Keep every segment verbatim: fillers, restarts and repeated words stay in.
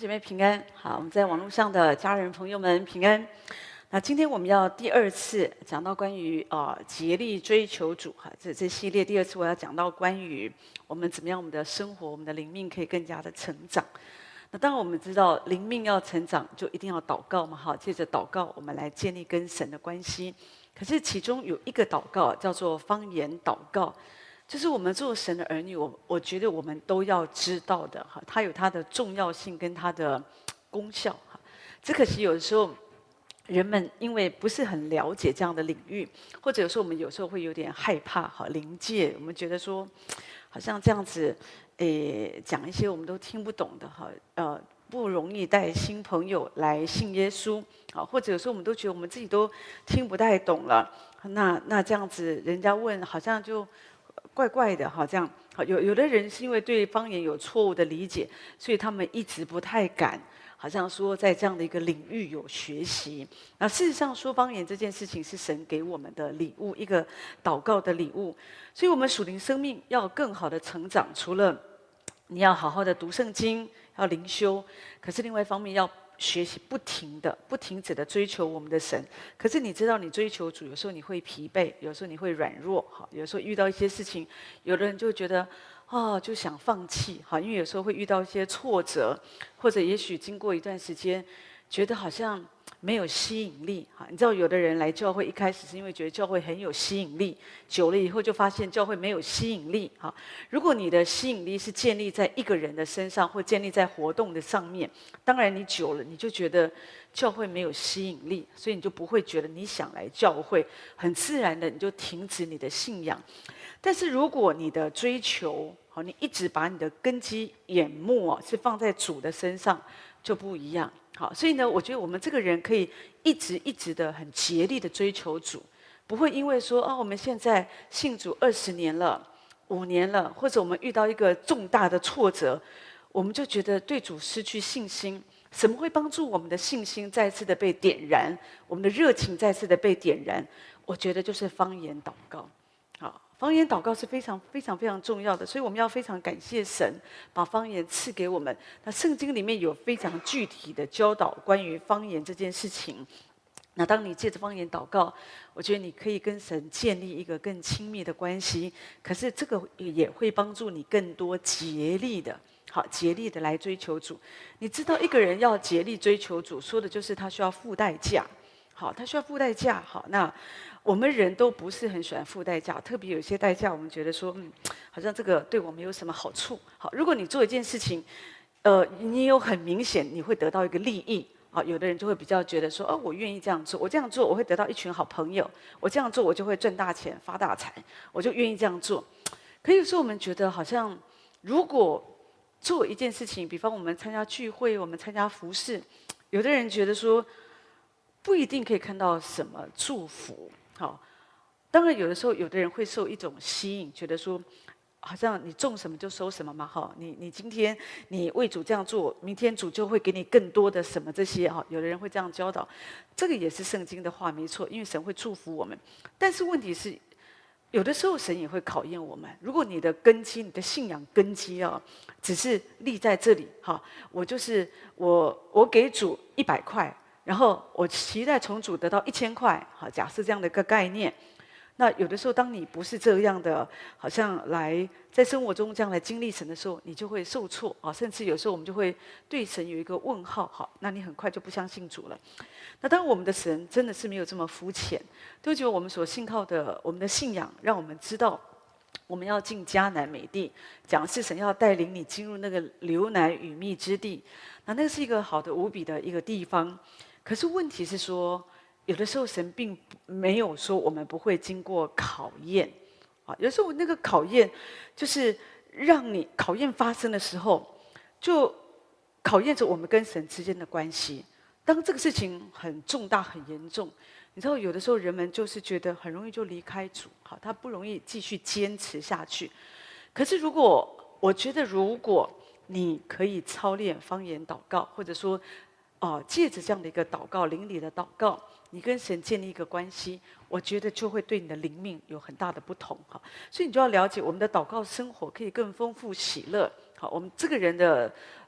姐妹平安。好，我们在网络上的家人朋友们平安。那今天我们要第二次讲到关于啊、呃、竭力追求主哈，这这系列第二次我要讲到关于我们怎么样我们的生活，我们的灵命可以更加的成长。那当然我们知道灵命要成长，就一定要祷告嘛哈，借着祷告我们来建立跟神的关系。可是其中有一个祷告叫做方言祷告。就是我们做神的儿女，我我觉得我们都要知道的哈，它有它的重要性跟它的功效哈。只可惜有的时候人们因为不是很了解这样的领域，或者有时候我们有时候会有点害怕哈，临界，我们觉得说好像这样子，诶讲一些我们都听不懂的哈，呃不容易带新朋友来信耶稣啊，或者有时候我们都觉得我们自己都听不太懂了，那那这样子人家问好像就怪怪的哈，这样好有有的人是因为对方言有错误的理解，所以他们一直不太敢，好像说在这样的一个领域有学习。那事实上说方言这件事情是神给我们的礼物，一个祷告的礼物。所以我们属灵生命要更好的成长，除了你要好好的读圣经，要灵修，可是另外一方面要学习不停的、不停止的追求我们的神。可是你知道，你追求主，有时候你会疲惫，有时候你会软弱，哈，有时候遇到一些事情，有的人就觉得哦，就想放弃，哈，因为有时候会遇到一些挫折，或者也许经过一段时间，觉得好像没有吸引力，哈，你知道，有的人来教会一开始是因为觉得教会很有吸引力，久了以后就发现教会没有吸引力，哈。如果你的吸引力是建立在一个人的身上，或建立在活动的上面，当然你久了你就觉得教会没有吸引力，所以你就不会觉得你想来教会，很自然的你就停止你的信仰。但是如果你的追求，好，你一直把你的根基眼目哦是放在主的身上，就不一样。好，所以呢，我觉得我们这个人可以一直一直的很竭力的追求主，不会因为说啊，我们现在信主二十年了、五年了，或者我们遇到一个重大的挫折，我们就觉得对主失去信心。什么会帮助我们的信心再次的被点燃，我们的热情再次的被点燃？我觉得就是方言祷告。好，方言祷告是非常非常非常重要的，所以我们要非常感谢神把方言赐给我们。那圣经里面有非常具体的教导关于方言这件事情。那当你借着方言祷告，我觉得你可以跟神建立一个更亲密的关系。可是这个也会帮助你更多竭力的，好竭力的来追求主。你知道，一个人要竭力追求主，说的就是他需要付代价。好，他需要付代价。好，那我们人都不是很喜欢付代价，特别有些代价，我们觉得说，嗯，好像这个对我们有什么好处。好，如果你做一件事情，呃，你有很明显你会得到一个利益。啊，有的人就会比较觉得说，哦，我愿意这样做，我这样做我会得到一群好朋友，我这样做我就会赚大钱、发大财，我就愿意这样做。可有时候我们觉得好像，如果做一件事情，比方我们参加聚会，我们参加服事，有的人觉得说，不一定可以看到什么祝福。好，当然有的时候有的人会受一种吸引，觉得说，好像你种什么就收什么嘛，哈，你你今天你为主这样做，明天主就会给你更多的什么这些哈，有的人会这样教导，这个也是圣经的话没错，因为神会祝福我们。但是问题是，有的时候神也会考验我们。如果你的根基、你的信仰根基啊，只是立在这里，哈，我就是我我给主一百块，然后我期待从主得到一千块，好，假设这样的一个概念。那有的时候，当你不是这样的，好像来在生活中这样来经历神的时候，你就会受挫啊，甚至有时候我们就会对神有一个问号，好，那你很快就不相信主了。那当然，我们的神真的是没有这么肤浅，都觉得我们所信靠的，我们的信仰，让我们知道我们要进迦南美地，讲的是神要带领你进入那个流奶与蜜之地，那那是一个好的无比的一个地方。可是问题是说，有的时候神并没有说我们不会经过考验，啊，有时候那个考验就是让你考验发生的时候，就考验着我们跟神之间的关系。当这个事情很重大、很严重，你知道，有的时候人们就是觉得很容易就离开主，好，他不容易继续坚持下去。可是如果我觉得，如果你可以操练方言祷告，或者说，哦，借着这样的一个祷告、灵里的祷告，你跟神建立一个关系，我觉得就会对你的灵命有很大的不同哈。所以你就要了解，我们的祷告生活可以更丰富喜乐。好，我们这个人的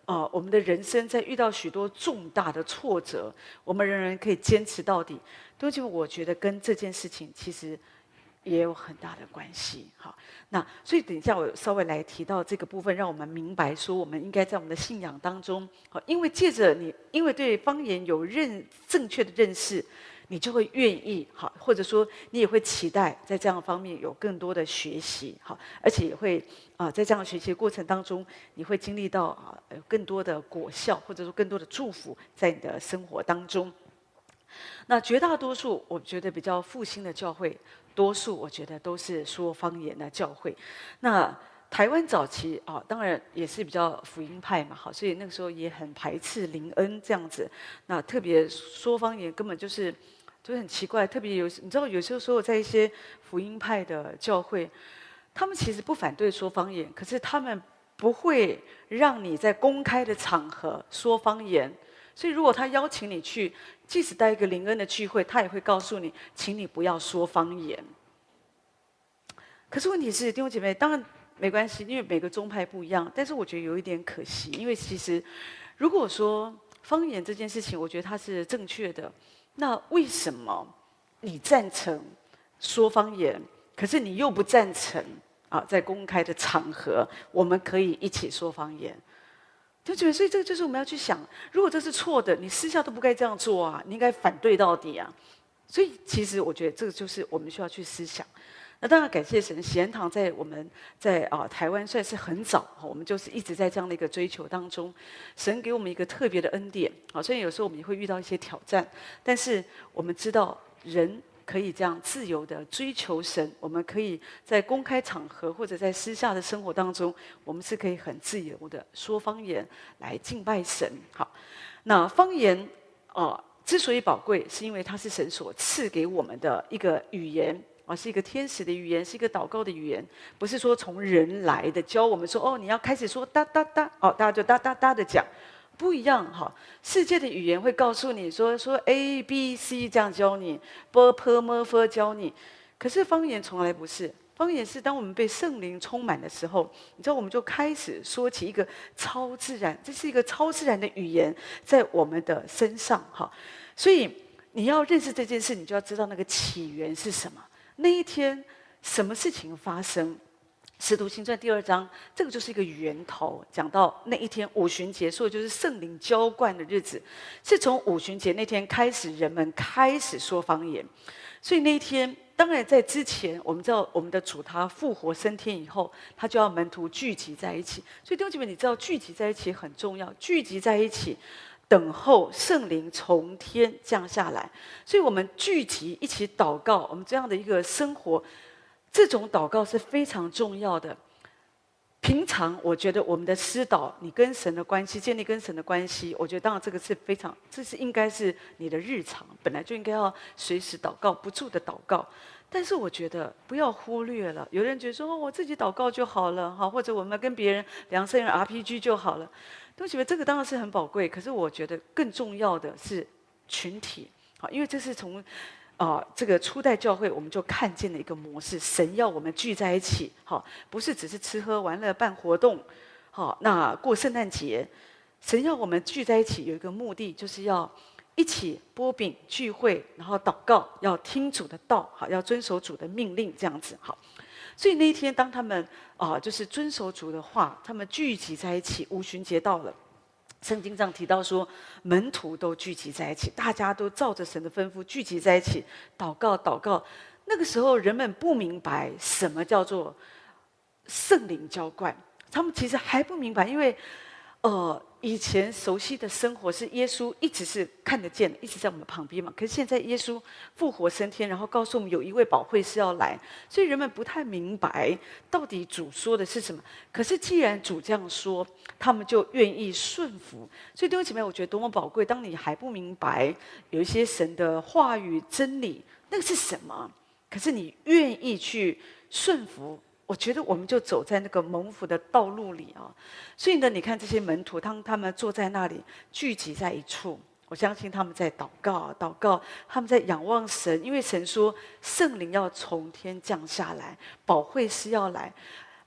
呃，我们的人生在遇到许多重大的挫折，我们仍然可以坚持到底。弟兄姐妹，我觉得跟这件事情其实也有很大的关系。好，那所以等一下我稍微来提到这个部分，让我们明白说，我们应该在我们的信仰当中，好，因为借着你，因为对方言有认正确的认识。你就会愿意好，或者说你也会期待在这样的方面有更多的学习好，而且也会啊、呃、在这样的学习的过程当中，你会经历到啊、呃、更多的果效，或者说更多的祝福在你的生活当中。那绝大多数我觉得比较复兴的教会，多数我觉得都是说方言的教会。那台湾早期啊，当然也是比较福音派嘛，好，所以那个时候也很排斥灵恩这样子。那特别说方言根本就是，就是很奇怪。特别有你知道，有些时候在一些福音派的教会，他们其实不反对说方言，可是他们不会让你在公开的场合说方言。所以如果他邀请你去，即使在一个灵恩的聚会，他也会告诉你，请你不要说方言。可是问题是，弟兄姐妹，当然。没关系，因为每个宗派不一样。但是我觉得有一点可惜，因为其实如果说方言这件事情，我觉得它是正确的，那为什么你赞成说方言，可是你又不赞成啊，在公开的场合我们可以一起说方言？就觉得，所以这个就是我们要去想，如果这是错的，你私下都不该这样做啊，你应该反对到底啊。所以其实我觉得这个就是我们需要去思想。那当然，感谢神，喜安堂在我们在啊台湾算是很早，我们就是一直在这样的一个追求当中。神给我们一个特别的恩典，啊，虽然有时候我们也会遇到一些挑战，但是我们知道人可以这样自由的追求神，我们可以在公开场合或者在私下的生活当中，我们是可以很自由的说方言来敬拜神。好，那方言啊之所以宝贵，是因为它是神所赐给我们的一个语言。啊，是一个天使的语言，是一个祷告的语言，不是说从人来的教我们说哦，你要开始说哒哒哒，哦，大家就哒哒哒的讲，不一样哈。世界的语言会告诉你说说 A B C 这样教你 ，b p m f 教你，可是方言从来不是。方言是当我们被圣灵充满的时候，你知道我们就开始说起一个超自然，这是一个超自然的语言在我们的身上哈。所以你要认识这件事，你就要知道那个起源是什么。那一天，什么事情发生？《使徒行传》第二章，这个就是一个源头。讲到那一天五旬节，所以就是圣灵浇灌的日子，是从五旬节那天开始，人们开始说方言。所以那一天，当然在之前，我们知道我们的主他复活升天以后，他就要门徒聚集在一起。所以弟兄姐妹，你知道聚集在一起很重要，聚集在一起。等候圣灵从天降下来，所以我们聚集一起祷告，我们这样的一个生活，这种祷告是非常重要的。平常我觉得我们的私祷，你跟神的关系，建立跟神的关系，我觉得当然这个是非常，这是应该是你的日常，本来就应该要随时祷告，不住的祷告。但是我觉得不要忽略了，有人觉得说、哦、我自己祷告就好了，哈，或者我们跟别人两三人 R P G 就好了。都觉得这个当然是很宝贵，可是我觉得更重要的是群体，好，因为这是从啊、呃、这个初代教会我们就看见了一个模式，神要我们聚在一起，好，不是只是吃喝玩乐办活动，好，那过圣诞节，神要我们聚在一起有一个目的，就是要一起擘饼聚会，然后祷告，要听主的道，好，要遵守主的命令，这样子，好。所以那一天，当他们啊、呃，就是遵守主的话，他们聚集在一起。五旬节到了，圣经上提到说，门徒都聚集在一起，大家都照着神的吩咐聚集在一起，祷告祷告。那个时候，人们不明白什么叫做圣灵浇灌，他们其实还不明白，因为呃，以前熟悉的生活是耶稣一直是看得见的，一直在我们旁边嘛。可是现在耶稣复活升天，然后告诉我们有一位保惠师要来，所以人们不太明白到底主说的是什么。可是既然主这样说，他们就愿意顺服。所以弟兄姐妹，我觉得多么宝贵！当你还不明白有一些神的话语真理，那个是什么？可是你愿意去顺服。我觉得我们就走在那个蒙福的道路里啊，所以呢，你看这些门徒，当他们坐在那里聚集在一处，我相信他们在祷告，祷告，他们在仰望神，因为神说圣灵要从天降下来，保惠师要来，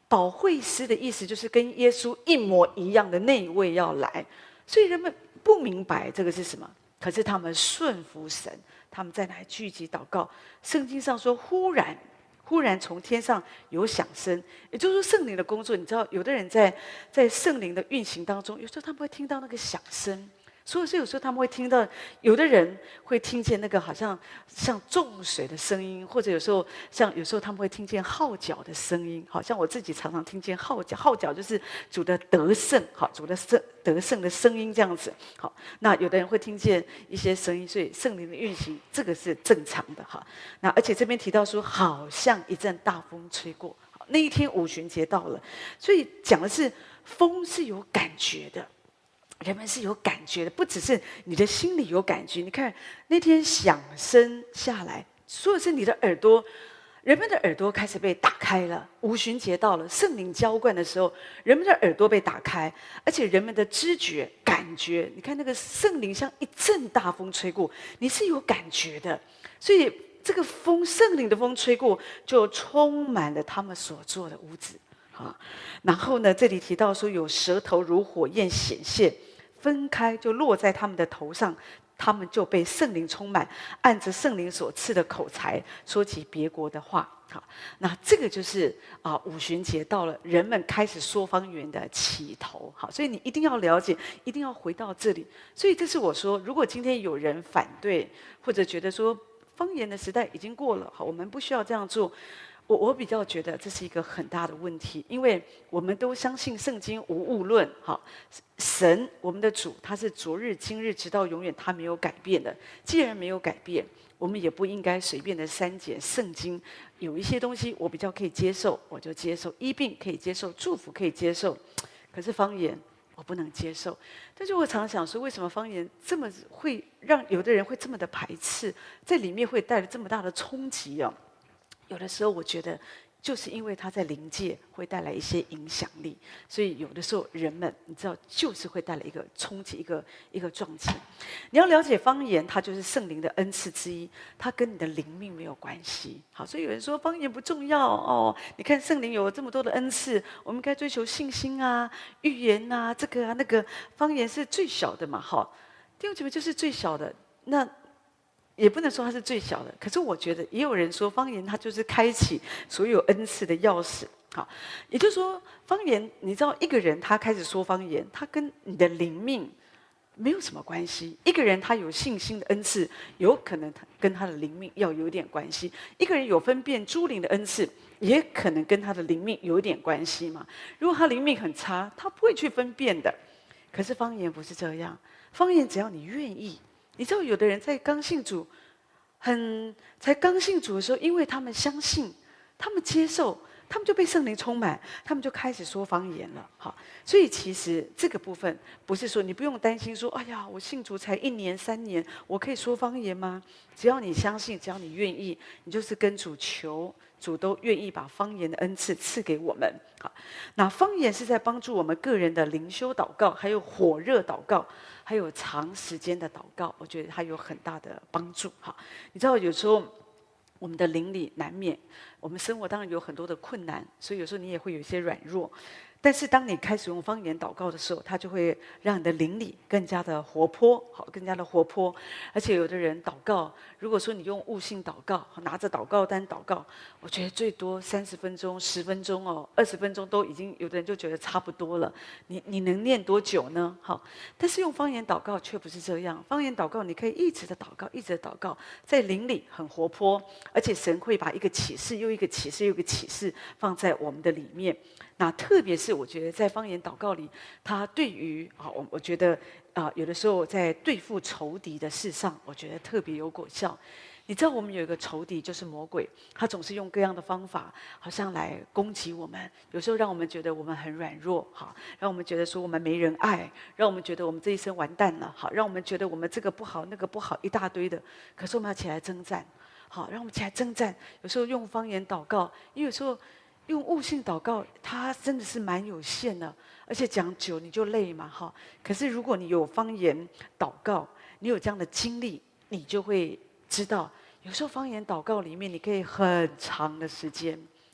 保惠师的意思就是跟耶稣一模一样的那一位要来，所以人们不明白这个是什么，可是他们顺服神，他们在那里聚集祷告。圣经上说，忽然。忽然从天上有响声，也就是说圣灵的工作。你知道，有的人在在圣灵的运行当中，有时候他们会听到那个响声，所以是有时候他们会听到，有的人会听见那个好像像重水的声音，或者有时候像有时候他们会听见号角的声音。好像我自己常常听见号角，号角就是主的得胜，好，主的胜得胜的声音这样子。好，那有的人会听见一些声音，所以圣灵的运行这个是正常的哈。那而且这边提到说，好像一阵大风吹过。好，那一天五旬节到了，所以讲的是风是有感觉的。人们是有感觉的，不只是你的心里有感觉。你看那天响声下来，说的是你的耳朵，人们的耳朵开始被打开了。五旬节到了，圣灵浇灌的时候，人们的耳朵被打开，而且人们的知觉、感觉，你看那个圣灵像一阵大风吹过，你是有感觉的。所以这个风，圣灵的风吹过，就充满了他们所做的屋子。啊，然后呢，这里提到说有舌头如火焰显现。分开就落在他们的头上，他们就被圣灵充满，按着圣灵所赐的口才说起别国的话。好，那这个就是啊，五旬节到了，人们开始说方言的起头。好，所以你一定要了解，一定要回到这里。所以这是我说，如果今天有人反对，或者觉得说方言的时代已经过了，好，我们不需要这样做。我我比较觉得这是一个很大的问题，因为我们都相信圣经无误论，好，神我们的主他是昨日今日直到永远，他没有改变的。既然没有改变，我们也不应该随便的删减圣经。有一些东西我比较可以接受，我就接受；医病可以接受，祝福可以接受，可是方言我不能接受。但是我常想说，为什么方言这么会让有的人会这么的排斥，在里面会带来这么大的冲击啊？有的时候我觉得，就是因为它在灵界会带来一些影响力，所以有的时候人们你知道，就是会带来一个冲击，一个一个撞击。你要了解方言，它就是圣灵的恩赐之一，它跟你的灵命没有关系。好，所以有人说方言不重要哦。你看圣灵有这么多的恩赐，我们应该追求信心啊、预言啊、这个啊那个。方言是最小的嘛，好，弟兄姐妹就是最小的那。也不能说它是最小的，可是我觉得也有人说方言它就是开启所有恩赐的钥匙。好，也就是说方言，你知道一个人他开始说方言，他跟你的灵命没有什么关系。一个人他有信心的恩赐，有可能他跟他的灵命要有点关系。一个人有分辨诸灵的恩赐，也可能跟他的灵命有一点关系嘛。如果他灵命很差，他不会去分辨的。可是方言不是这样，方言只要你愿意。你知道有的人在刚信主，很才刚信主的时候，因为他们相信，他们接受，他们就被圣灵充满，他们就开始说方言了。好，所以其实这个部分不是说你不用担心说，哎呀，我信主才一年三年，我可以说方言吗？只要你相信，只要你愿意，你就是跟主求，主都愿意把方言的恩赐赐给我们。好，那方言是在帮助我们个人的灵修祷告，还有火热祷告。还有长时间的祷告，我觉得它有很大的帮助。哈，你知道有时候我们的灵里难免，我们生活当然有很多的困难，所以有时候你也会有一些软弱。但是当你开始用方言祷告的时候，它就会让你的灵里更加的活泼，好，更加的活泼。而且有的人祷告，如果说你用悟性祷告，拿着祷告单祷告，我觉得最多三十分钟、十分钟哦，二十分钟都已经，有的人就觉得差不多了。你你能念多久呢？好，但是用方言祷告却不是这样。方言祷告你可以一直的祷告，一直的祷告，在灵里很活泼，而且神会把一个启示又一个启示又一个启示放在我们的里面。那特别是我觉得在方言祷告里，它对于啊，我我觉得啊，有的时候在对付仇敌的事上，我觉得特别有果效。你知道我们有一个仇敌就是魔鬼，他总是用各样的方法，好像来攻击我们。有时候让我们觉得我们很软弱，好，让我们觉得说我们没人爱，让我们觉得我们这一生完蛋了，好，让我们觉得我们这个不好那个不好一大堆的。可是我们要起来征战，好，让我们起来征战。有时候用方言祷告，因为有时候。用悟性祷告，它真的是蛮有限的，而且讲久你就累嘛，哈。可是如果你有方言祷告，你有这样的经历，你就会知道，有时候方言祷告里面，你可以很长的时间，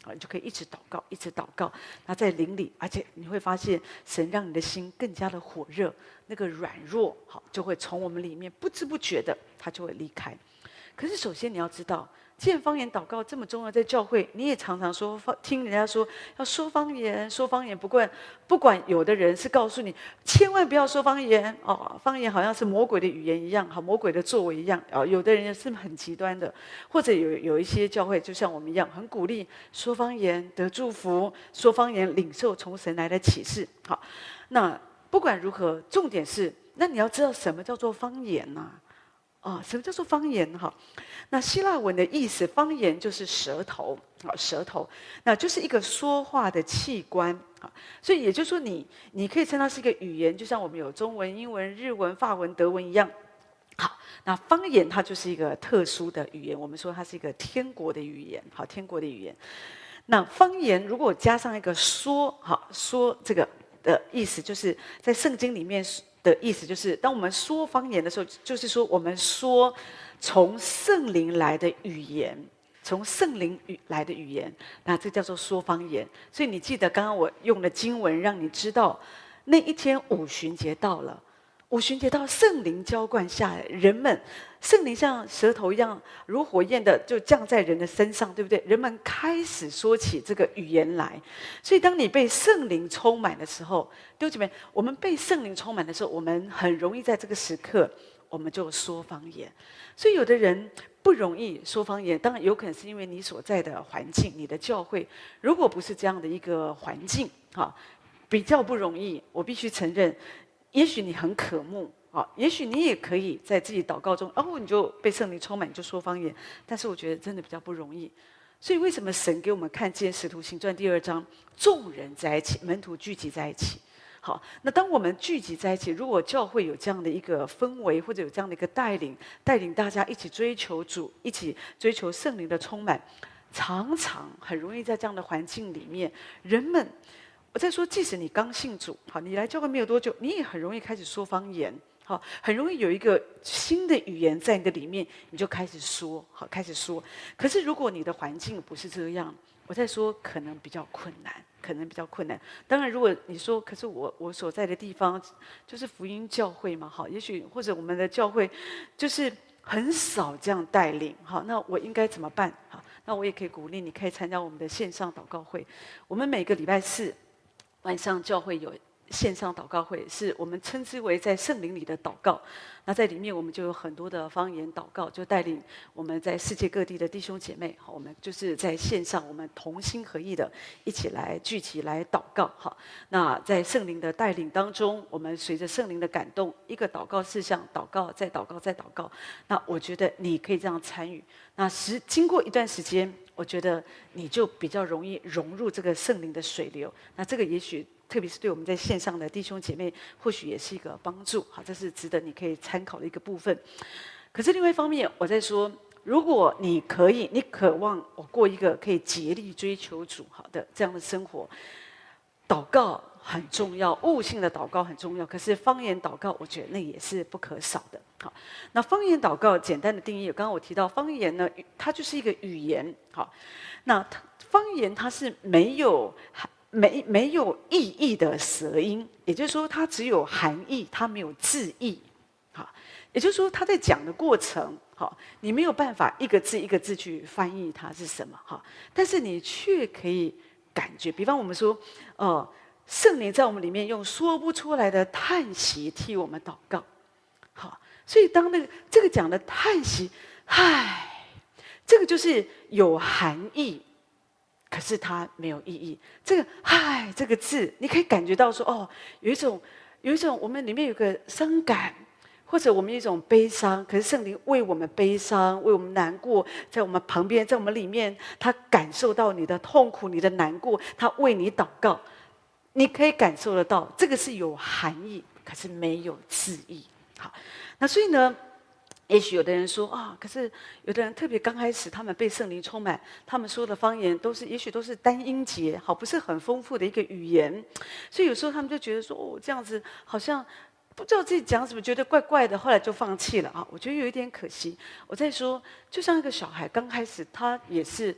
啊，你就可以一直祷告，一直祷告。那在灵里，而且你会发现，神让你的心更加的火热，那个软弱，好，就会从我们里面不知不觉的，它就会离开。可是首先你要知道，既然方言祷告这么重要，在教会你也常常说，听人家说要说方言，说方言。不管不管有的人是告诉你千万不要说方言哦，方言好像是魔鬼的语言一样，好魔鬼的作为一样哦。有的人是很极端的，或者有有一些教会就像我们一样，很鼓励说方言得祝福，说方言领受从神来的启示。好，那不管如何，重点是，那你要知道什么叫做方言呢、啊？啊、哦，什么叫做方言？哈，那希腊文的意思，方言就是舌头啊，舌头，那就是一个说话的器官啊。所以也就是说你，你你可以称它是一个语言，就像我们有中文、英文、日文、法文、德文一样。好，那方言它就是一个特殊的语言，我们说它是一个天国的语言，好，天国的语言。那方言如果加上一个说，好，说这个的意思，就是在圣经里面的意思就是，当我们说方言的时候，就是说我们说从圣灵来的语言，从圣灵语来的语言，那这叫做说方言。所以你记得刚刚我用的经文，让你知道那一天五旬节到了。五旬节到，圣灵浇灌下来，人们圣灵像舌头一样如火焰的就降在人的身上，对不对？人们开始说起这个语言来。所以当你被圣灵充满的时候，弟兄姐妹，我们被圣灵充满的时候，我们很容易在这个时刻我们就说方言。所以有的人不容易说方言，当然有可能是因为你所在的环境，你的教会如果不是这样的一个环境，哈，比较不容易。我必须承认，也许你很渴慕啊，也许你也可以在自己祷告中，哦，你就被圣灵充满，你就说方言。但是我觉得真的比较不容易。所以为什么神给我们看见《使徒行传》第二章，众人在一起，门徒聚集在一起？好，那当我们聚集在一起，如果教会有这样的一个氛围，或者有这样的一个带领，带领大家一起追求主，一起追求圣灵的充满，常常很容易在这样的环境里面，人们。我在说，即使你刚信主，好，你来教会没有多久，你也很容易开始说方言，好，很容易有一个新的语言在你的里面，你就开始说，好，开始说。可是如果你的环境不是这样，我在说可能比较困难，可能比较困难。当然，如果你说，可是我我所在的地方就是福音教会嘛，好，也许或者我们的教会就是很少这样带领，好，那我应该怎么办？好，那我也可以鼓励你，可以参加我们的线上祷告会，我们每个礼拜四。晚上教会有线上祷告会，是我们称之为在圣灵里的祷告。那在里面我们就有很多的方言祷告，就带领我们在世界各地的弟兄姐妹，好，我们就是在线上，我们同心合意的一起来聚集来祷告。好，那在圣灵的带领当中，我们随着圣灵的感动，一个祷告事项，祷告再祷告再祷告。那我觉得你可以这样参与。那时经过一段时间。我觉得你就比较容易融入这个圣灵的水流，那这个也许特别是对我们在线上的弟兄姐妹，或许也是一个帮助。好，这是值得你可以参考的一个部分。可是另外一方面，我在说，如果你可以，你渴望我过一个可以竭力追求主好的这样的生活，祷告很重要，悟性的祷告很重要。可是方言祷告，我觉得那也是不可少的。好，那方言祷告简单的定义，刚刚我提到方言呢，它就是一个语言。好，那方言它是没有没没有意义的舌音，也就是说它只有含义，它没有字义。好，也就是说它在讲的过程，好，你没有办法一个字一个字去翻译它是什么。好，但是你却可以感觉，比方我们说，呃，圣灵在我们里面用说不出来的叹息替我们祷告。好。所以，当那个这个讲的叹息，唉，这个就是有含义，可是它没有意义。这个“唉”这个字，你可以感觉到说，哦，有一种有一种我们里面有个伤感，或者我们有一种悲伤。可是圣灵为我们悲伤，为我们难过，在我们旁边，在我们里面，他感受到你的痛苦、你的难过，他为你祷告，你可以感受得到，这个是有含义，可是没有字义。好。那所以呢，也许有的人说啊，可是有的人特别刚开始，他们被圣灵充满，他们说的方言都是，也许都是单音节，好，不是很丰富的一个语言，所以有时候他们就觉得说，哦，这样子好像不知道自己讲什么，觉得怪怪的，后来就放弃了啊。我觉得有一点可惜。我在说，就像一个小孩刚开始，他也是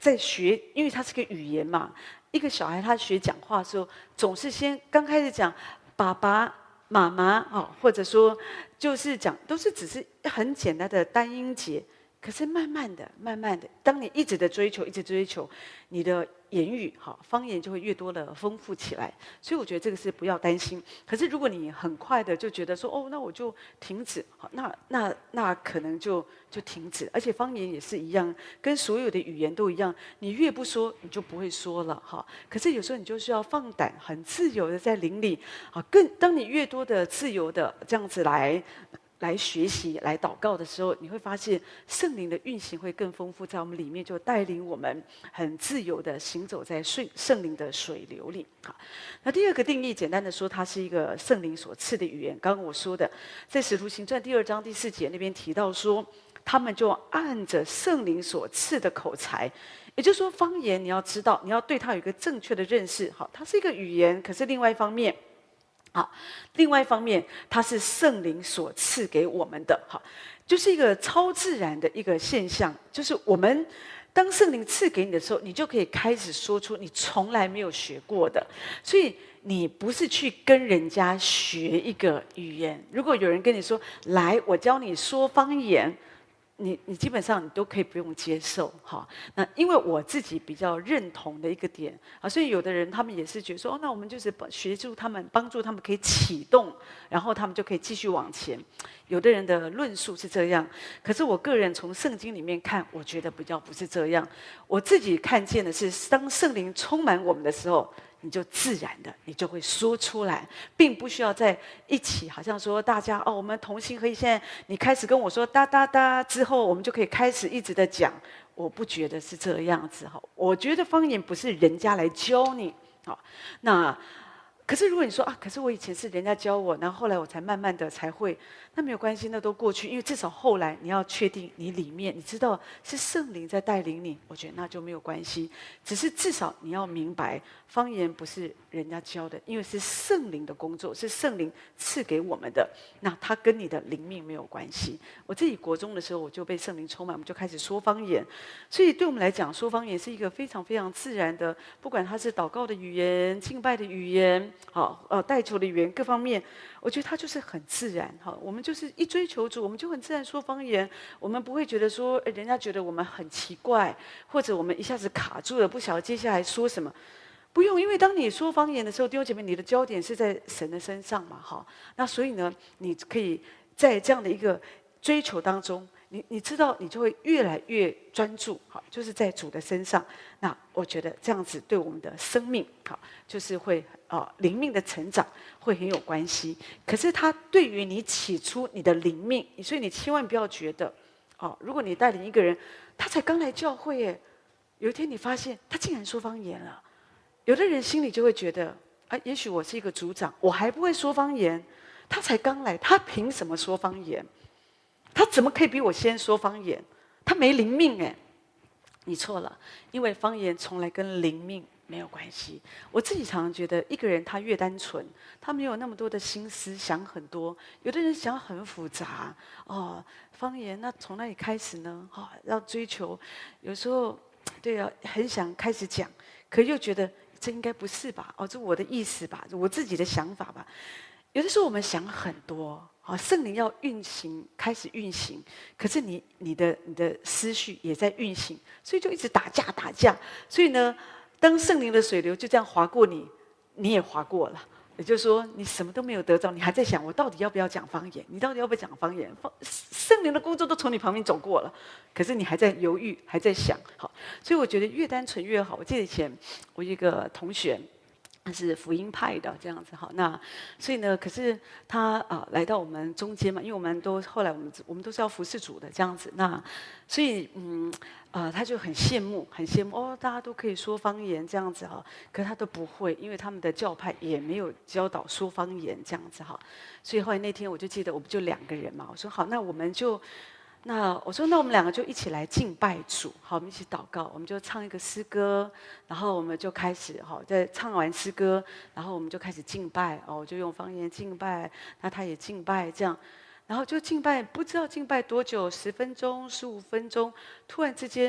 在学，因为它是个语言嘛，一个小孩他学讲话的时候，总是先刚开始讲爸爸、妈妈哦，或者说就是讲都是只是很简单的单音节。可是慢慢的、慢慢的，当你一直的追求、一直追求，你的言语好方言就会越多的丰富起来。所以我觉得这个是不要担心。可是如果你很快的就觉得说哦，那我就停止，好，那那那可能就就停止。而且方言也是一样，跟所有的语言都一样，你越不说，你就不会说了哈。可是有时候你就是要放胆、很自由的在灵里啊，更当你越多的自由的这样子来。来学习、来祷告的时候，你会发现圣灵的运行会更丰富，在我们里面就带领我们很自由的行走在圣圣灵的水流里。好，那第二个定义，简单的说，它是一个圣灵所赐的语言。刚刚我说的，在使徒行传第二章第四节那边提到说，他们就按着圣灵所赐的口才。也就是说，方言你要知道，你要对它有一个正确的认识。好，它是一个语言，可是另外一方面。好，另外一方面，它是圣灵所赐给我们的，好，就是一个超自然的一个现象。就是我们当圣灵赐给你的时候，你就可以开始说出你从来没有学过的。所以你不是去跟人家学一个语言。如果有人跟你说：“来，我教你说方言。”你你基本上你都可以不用接受哈，那因为我自己比较认同的一个点啊，所以有的人他们也是觉得说，哦，那我们就是协助他们，帮助他们可以启动，然后他们就可以继续往前。有的人的论述是这样，可是我个人从圣经里面看，我觉得比较不是这样。我自己看见的是，当圣灵充满我们的时候。你就自然的，你就会说出来，并不需要在一起，好像说大家哦，我们同心合意。现在你开始跟我说哒哒哒之后，我们就可以开始一直的讲。我不觉得是这样子哈，我觉得方言不是人家来教你好，那。可是如果你说啊，可是我以前是人家教我，然后后来我才慢慢的才会，那没有关系，那都过去，因为至少后来你要确定你里面，你知道是圣灵在带领你，我觉得那就没有关系。只是至少你要明白，方言不是人家教的，因为是圣灵的工作，是圣灵赐给我们的，那它跟你的灵命没有关系。我自己国中的时候，我就被圣灵充满，我们就开始说方言，所以对我们来讲，说方言是一个非常非常自然的，不管它是祷告的语言、敬拜的语言。好，呃，带球的语言各方面，我觉得它就是很自然。哈，我们就是一追求主，我们就很自然说方言，我们不会觉得说，人家觉得我们很奇怪，或者我们一下子卡住了，不晓得接下来说什么。不用，因为当你说方言的时候，弟兄姐妹，你的焦点是在神的身上嘛，哈。那所以呢，你可以在这样的一个追求当中。你你知道，你就会越来越专注，好，就是在主的身上。那我觉得这样子对我们的生命，好，就是会啊灵命的成长会很有关系。可是它对于你起初你的灵命，所以你千万不要觉得，哦，如果你带领一个人，他才刚来教会耶，有一天你发现他竟然说方言了，有的人心里就会觉得，啊，也许我是一个组长，我还不会说方言，他才刚来，他凭什么说方言？他怎么可以比我先说方言？他没灵命哎！你错了，因为方言从来跟灵命没有关系。我自己常常觉得，一个人他越单纯，他没有那么多的心思想很多。有的人想很复杂哦，方言那从哪里开始呢？哦，要追求，有时候对啊，很想开始讲，可又觉得这应该不是吧？哦，这我的意思吧，我自己的想法吧。有的时候我们想很多，啊，圣灵要运行，开始运行，可是你你的你的思绪也在运行，所以就一直打架打架。所以呢，当圣灵的水流就这样划过你，你也划过了。也就是说，你什么都没有得着，你还在想我到底要不要讲方言？你到底要不要讲方言？方圣灵的工作都从你旁边走过了，可是你还在犹豫，还在想。好，所以我觉得越单纯越好。我记得以前我一个同学。他是福音派的这样子哈，那所以呢，可是他啊、呃、来到我们中间嘛，因为我们都后来我们我们都是要服侍主的这样子，那所以嗯呃他就很羡慕很羡慕哦，大家都可以说方言这样子哈，可是他都不会，因为他们的教派也没有教导说方言这样子哈，所以后来那天我就记得我们就两个人嘛，我说好，那我们就。那我说，那我们两个就一起来敬拜主，好，我们一起祷告，我们就唱一个诗歌，然后我们就开始，好，在唱完诗歌，然后我们就开始敬拜，哦，我就用方言敬拜，那他也敬拜，这样，然后就敬拜，不知道敬拜多久，十分钟、十五分钟，突然之间，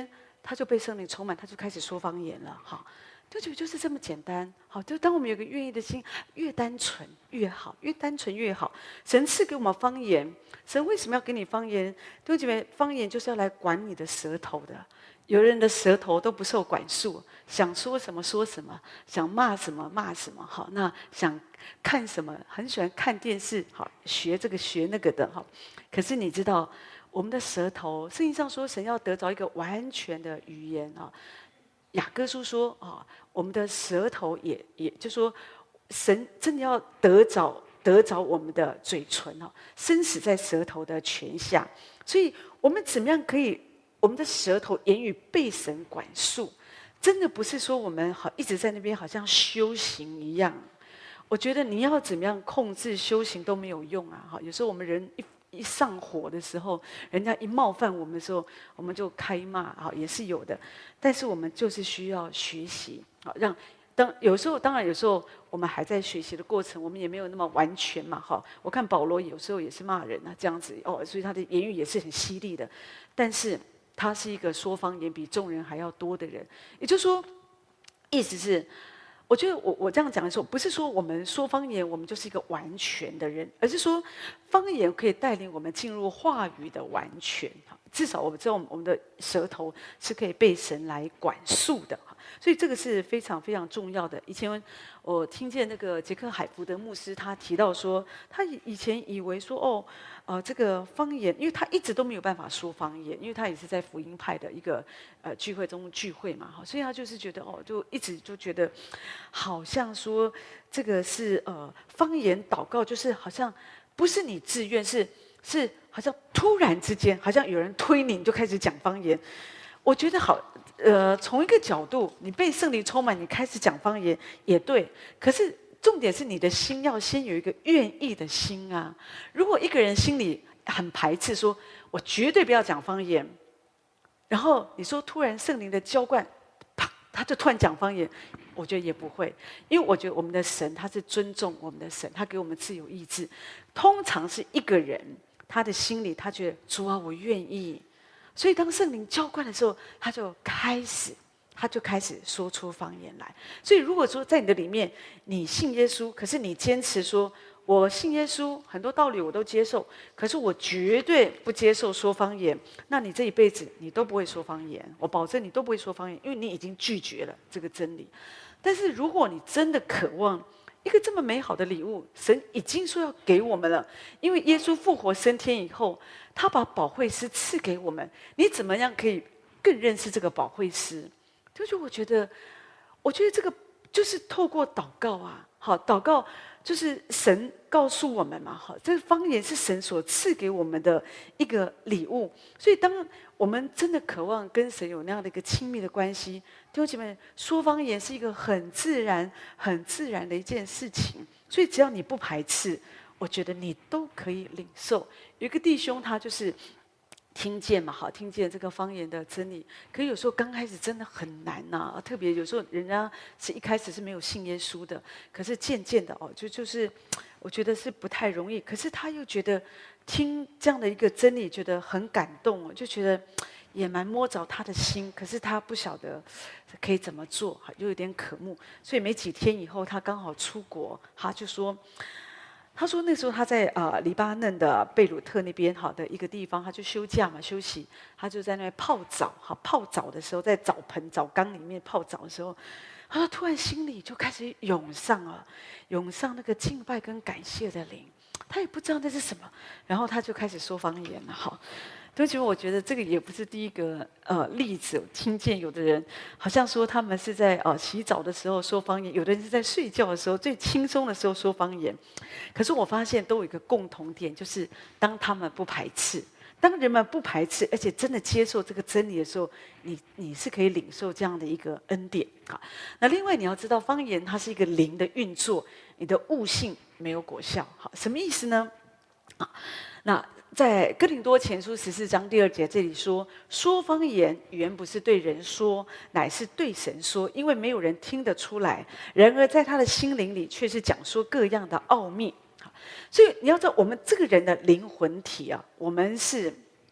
他就被圣灵充满，他就开始说方言了。好，就觉得就是这么简单。好，就当我们有个愿意的心，越单纯越好，越单纯越好。神赐给我们方言，神为什么要给你方言？弟兄姐妹，方言就是要来管你的舌头的。有人的舌头都不受管束，想说什么说什么，想骂什么骂什么。好，那想看什么，很喜欢看电视，好，学这个学那个的。好，可是你知道，我们的舌头，圣经上说，神要得着一个完全的语言啊。雅各书说啊，我们的舌头也也就说，神真的要得着得着我们的嘴唇啊，生死在舌头的权下。所以，我们怎么样可以？我们的舌头、言语被神管束，真的不是说我们好一直在那边好像修行一样。我觉得你要怎么样控制修行都没有用啊！哈，有时候我们人一一上火的时候，人家一冒犯我们的时候，我们就开骂啊，也是有的。但是我们就是需要学习啊，让当有时候当然有时候我们还在学习的过程，我们也没有那么完全嘛。哈，我看保罗有时候也是骂人啊，这样子哦，所以他的言语也是很犀利的，但是。他是一个说方言比众人还要多的人，也就是说，意思是，我觉得我我这样讲的时候，不是说我们说方言，我们就是一个完全的人，而是说方言可以带领我们进入话语的完全。至少我们知道我们的舌头是可以被神来管束的，所以这个是非常非常重要的。以前我听见那个杰克海福德牧师他提到说，他以前以为说哦。呃，这个方言，因为他一直都没有办法说方言，因为他也是在福音派的一个呃聚会中聚会嘛，哈，所以他就是觉得哦，就一直就觉得，好像说这个是呃方言祷告，就是好像不是你自愿，是是好像突然之间，好像有人推你，你就开始讲方言。我觉得好，呃，从一个角度，你被圣灵充满，你开始讲方言也对，可是。重点是你的心要先有一个愿意的心啊！如果一个人心里很排斥，说我绝对不要讲方言，然后你说突然圣灵的浇灌，啪，他就突然讲方言，我觉得也不会，因为我觉得我们的神他是尊重我们的神，他给我们自由意志。通常是一个人他的心里他觉得主啊，我愿意，所以当圣灵浇灌的时候，他就开始。他就开始说出方言来。所以如果说在你的里面，你信耶稣，可是你坚持说，我信耶稣，很多道理我都接受，可是我绝对不接受说方言，那你这一辈子你都不会说方言，我保证你都不会说方言，因为你已经拒绝了这个真理。但是如果你真的渴望一个这么美好的礼物，神已经说要给我们了，因为耶稣复活升天以后，他把保惠师赐给我们，你怎么样可以更认识这个保惠师？就是我觉得，我觉得这个就是透过祷告啊，好，祷告就是神告诉我们嘛，好，这个方言是神所赐给我们的一个礼物。所以，当我们真的渴望跟神有那样的一个亲密的关系，弟兄姐妹，说方言是一个很自然、很自然的一件事情。所以，只要你不排斥，我觉得你都可以领受。有一个弟兄，他就是。听见嘛，好，听见这个方言的真理，可是有时候刚开始真的很难呐、啊，特别有时候人家是一开始是没有信耶稣的，可是渐渐的哦，就就是，我觉得是不太容易。可是他又觉得听这样的一个真理，觉得很感动，就觉得也蛮摸着他的心，可是他不晓得可以怎么做，又有点渴慕。所以没几天以后，他刚好出国，他就说。他说那时候他在呃黎巴嫩的贝鲁特那边好的一个地方，他就休假嘛休息，他就在那边泡澡。好，泡澡的时候，在澡盆澡缸里面泡澡的时候，他说突然心里就开始涌上了，涌上那个敬拜跟感谢的灵，他也不知道那是什么，然后他就开始说方言了。好。所以，我觉得这个也不是第一个呃例子。我听见有的人好像说他们是在呃洗澡的时候说方言，有的人是在睡觉的时候最轻松的时候说方言。可是我发现都有一个共同点，就是当他们不排斥，当人们不排斥，而且真的接受这个真理的时候，你你是可以领受这样的一个恩典啊。那另外你要知道，方言它是一个灵的运作，你的悟性没有果效。好，什么意思呢？啊，那。在哥林多前书十四章第二节这里说：“说方言原不是对人说，乃是对神说，因为没有人听得出来。然而在他的心灵里，却是讲说各样的奥秘。”所以你要知道，我们这个人的灵魂体啊，我们是，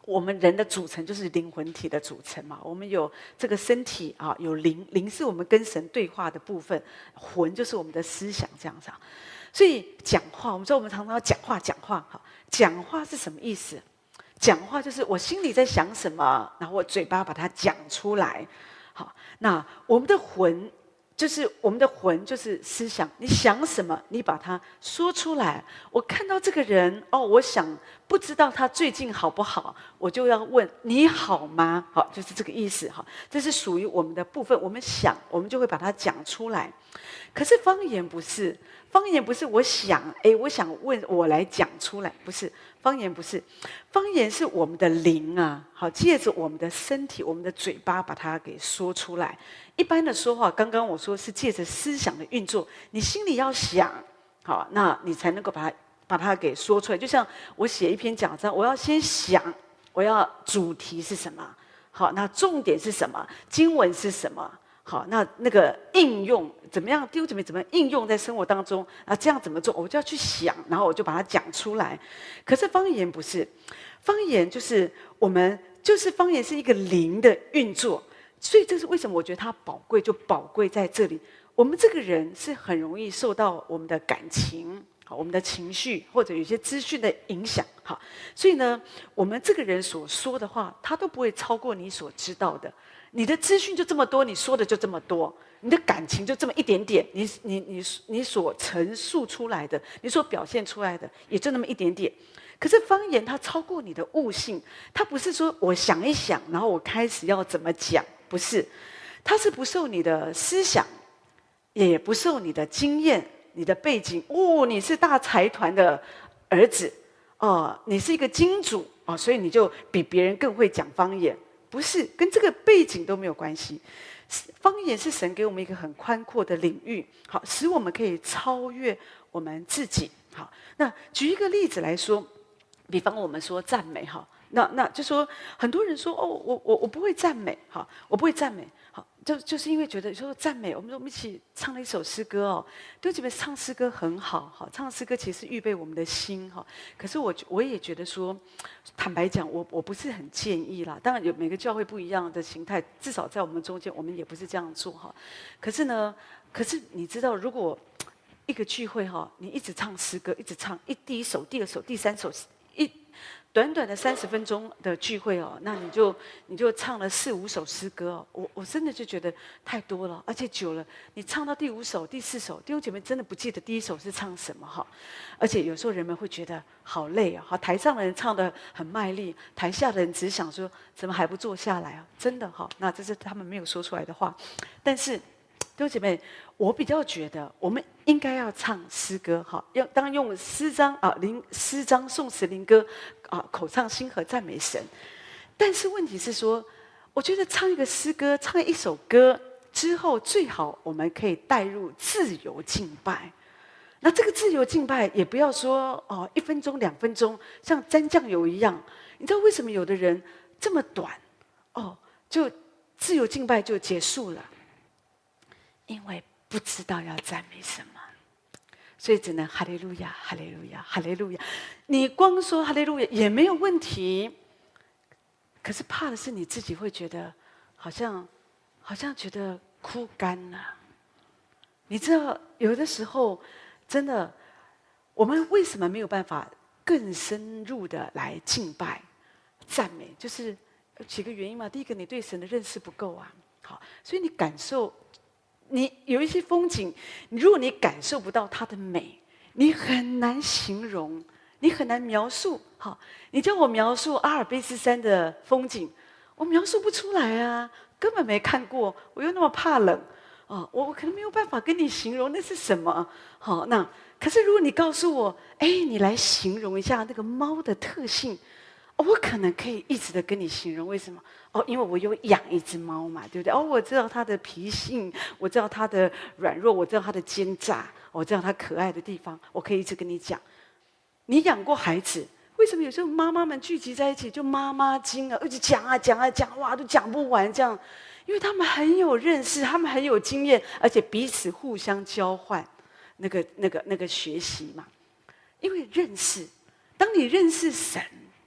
我们人的组成就是灵魂体的组成嘛，我们有这个身体啊，有灵，灵是我们跟神对话的部分，魂就是我们的思想这样子啊。所以讲话，我们说我们常常要讲话，讲话哈，讲话是什么意思？讲话就是我心里在想什么，然后我嘴巴把它讲出来。好，那我们的魂。就是我们的魂，就是思想。你想什么，你把它说出来。我看到这个人，哦，我想不知道他最近好不好，我就要问你好吗？好，就是这个意思哈。这是属于我们的部分，我们想，我们就会把它讲出来。可是方言不是，方言不是我想，哎，我想问我来讲出来，不是。方言不是，方言是我们的灵啊，好，借着我们的身体、我们的嘴巴把它给说出来。一般的说话，刚刚我说是借着思想的运作，你心里要想，好，那你才能够把它把它给说出来。就像我写一篇讲章，我要先想，我要主题是什么，好，那重点是什么，经文是什么。好，那那个应用怎么样？弟兄姊妹怎么应用在生活当中啊？这样怎么做？我就要去想，然后我就把它讲出来。可是方言不是，方言就是我们就是方言是一个灵的运作，所以这是为什么我觉得它宝贵，就宝贵在这里。我们这个人是很容易受到我们的感情、好我们的情绪或者有些资讯的影响，好，所以呢，我们这个人所说的话，它都不会超过你所知道的。你的资讯就这么多，你说的就这么多，你的感情就这么一点点，你你你你所陈述出来的，你所表现出来的也就那么一点点。可是方言它超过你的悟性，它不是说我想一想，然后我开始要怎么讲，不是，它是不受你的思想，也不受你的经验、你的背景。哦，你是大财团的儿子，哦，你是一个金主哦，所以你就比别人更会讲方言。不是，跟这个背景都没有关系。方言是神给我们一个很宽阔的领域，好，使我们可以超越我们自己。好，那举一个例子来说，比方我们说赞美，哈，那那就说很多人说哦，我我我不会赞美，好，我不会赞美，好，就就是因为觉得说赞美，我们我们一起唱了一首诗歌哦，对这边唱诗歌很好，好，唱诗歌其实预备我们的心哈。可是我我也觉得说，坦白讲，我我不是很建议啦。当然有每个教会不一样的形态，至少在我们中间，我们也不是这样做哈。可是呢，可是你知道，如果一个聚会哈，你一直唱诗歌，一直唱一第一首、第二首、第三首，一短短的三十分钟的聚会哦，那你就你就唱了四五首诗歌哦，我我真的就觉得太多了，而且久了，你唱到第五首、第四首，弟兄姐妹真的不记得第一首是唱什么哈，而且有时候人们会觉得好累啊，台上的人唱得很卖力，台下的人只想说怎么还不坐下来啊？真的哈，那这是他们没有说出来的话，但是。弟兄姐妹，我比较觉得我们应该要唱诗歌，哈，要当然用诗章啊、灵诗章、颂词、灵歌啊，口唱心和赞美神。但是问题是说，我觉得唱一个诗歌、唱一首歌之后，最好我们可以带入自由敬拜。那这个自由敬拜也不要说哦，一分钟、两分钟，像沾酱油一样。你知道为什么有的人这么短哦，就自由敬拜就结束了？因为不知道要赞美什么，所以只能哈利路亚，哈利路亚，哈利路亚。你光说哈利路亚也没有问题，可是怕的是你自己会觉得好像好像觉得枯干了。你知道，有的时候真的，我们为什么没有办法更深入的来敬拜、赞美？就是几个原因嘛。第一个，你对神的认识不够啊。好，所以你感受。你有一些风景，如果你感受不到它的美，你很难形容，你很难描述。好，你叫我描述阿尔卑斯山的风景，我描述不出来啊，根本没看过，我又那么怕冷，哦，我我可能没有办法跟你形容那是什么。好，那可是如果你告诉我，哎，你来形容一下那个猫的特性。我可能可以一直的跟你形容为什么哦，因为我有养一只猫嘛，对不对？哦，我知道它的脾性，我知道它的软弱，我知道它的奸诈，我知道它可爱的地方，我可以一直跟你讲。你养过孩子，为什么有时候妈妈们聚集在一起就妈妈经啊，一直讲啊讲啊讲，哇，都讲不完这样，因为他们很有认识，他们很有经验，而且彼此互相交换那个那个那个学习嘛。因为认识，当你认识神。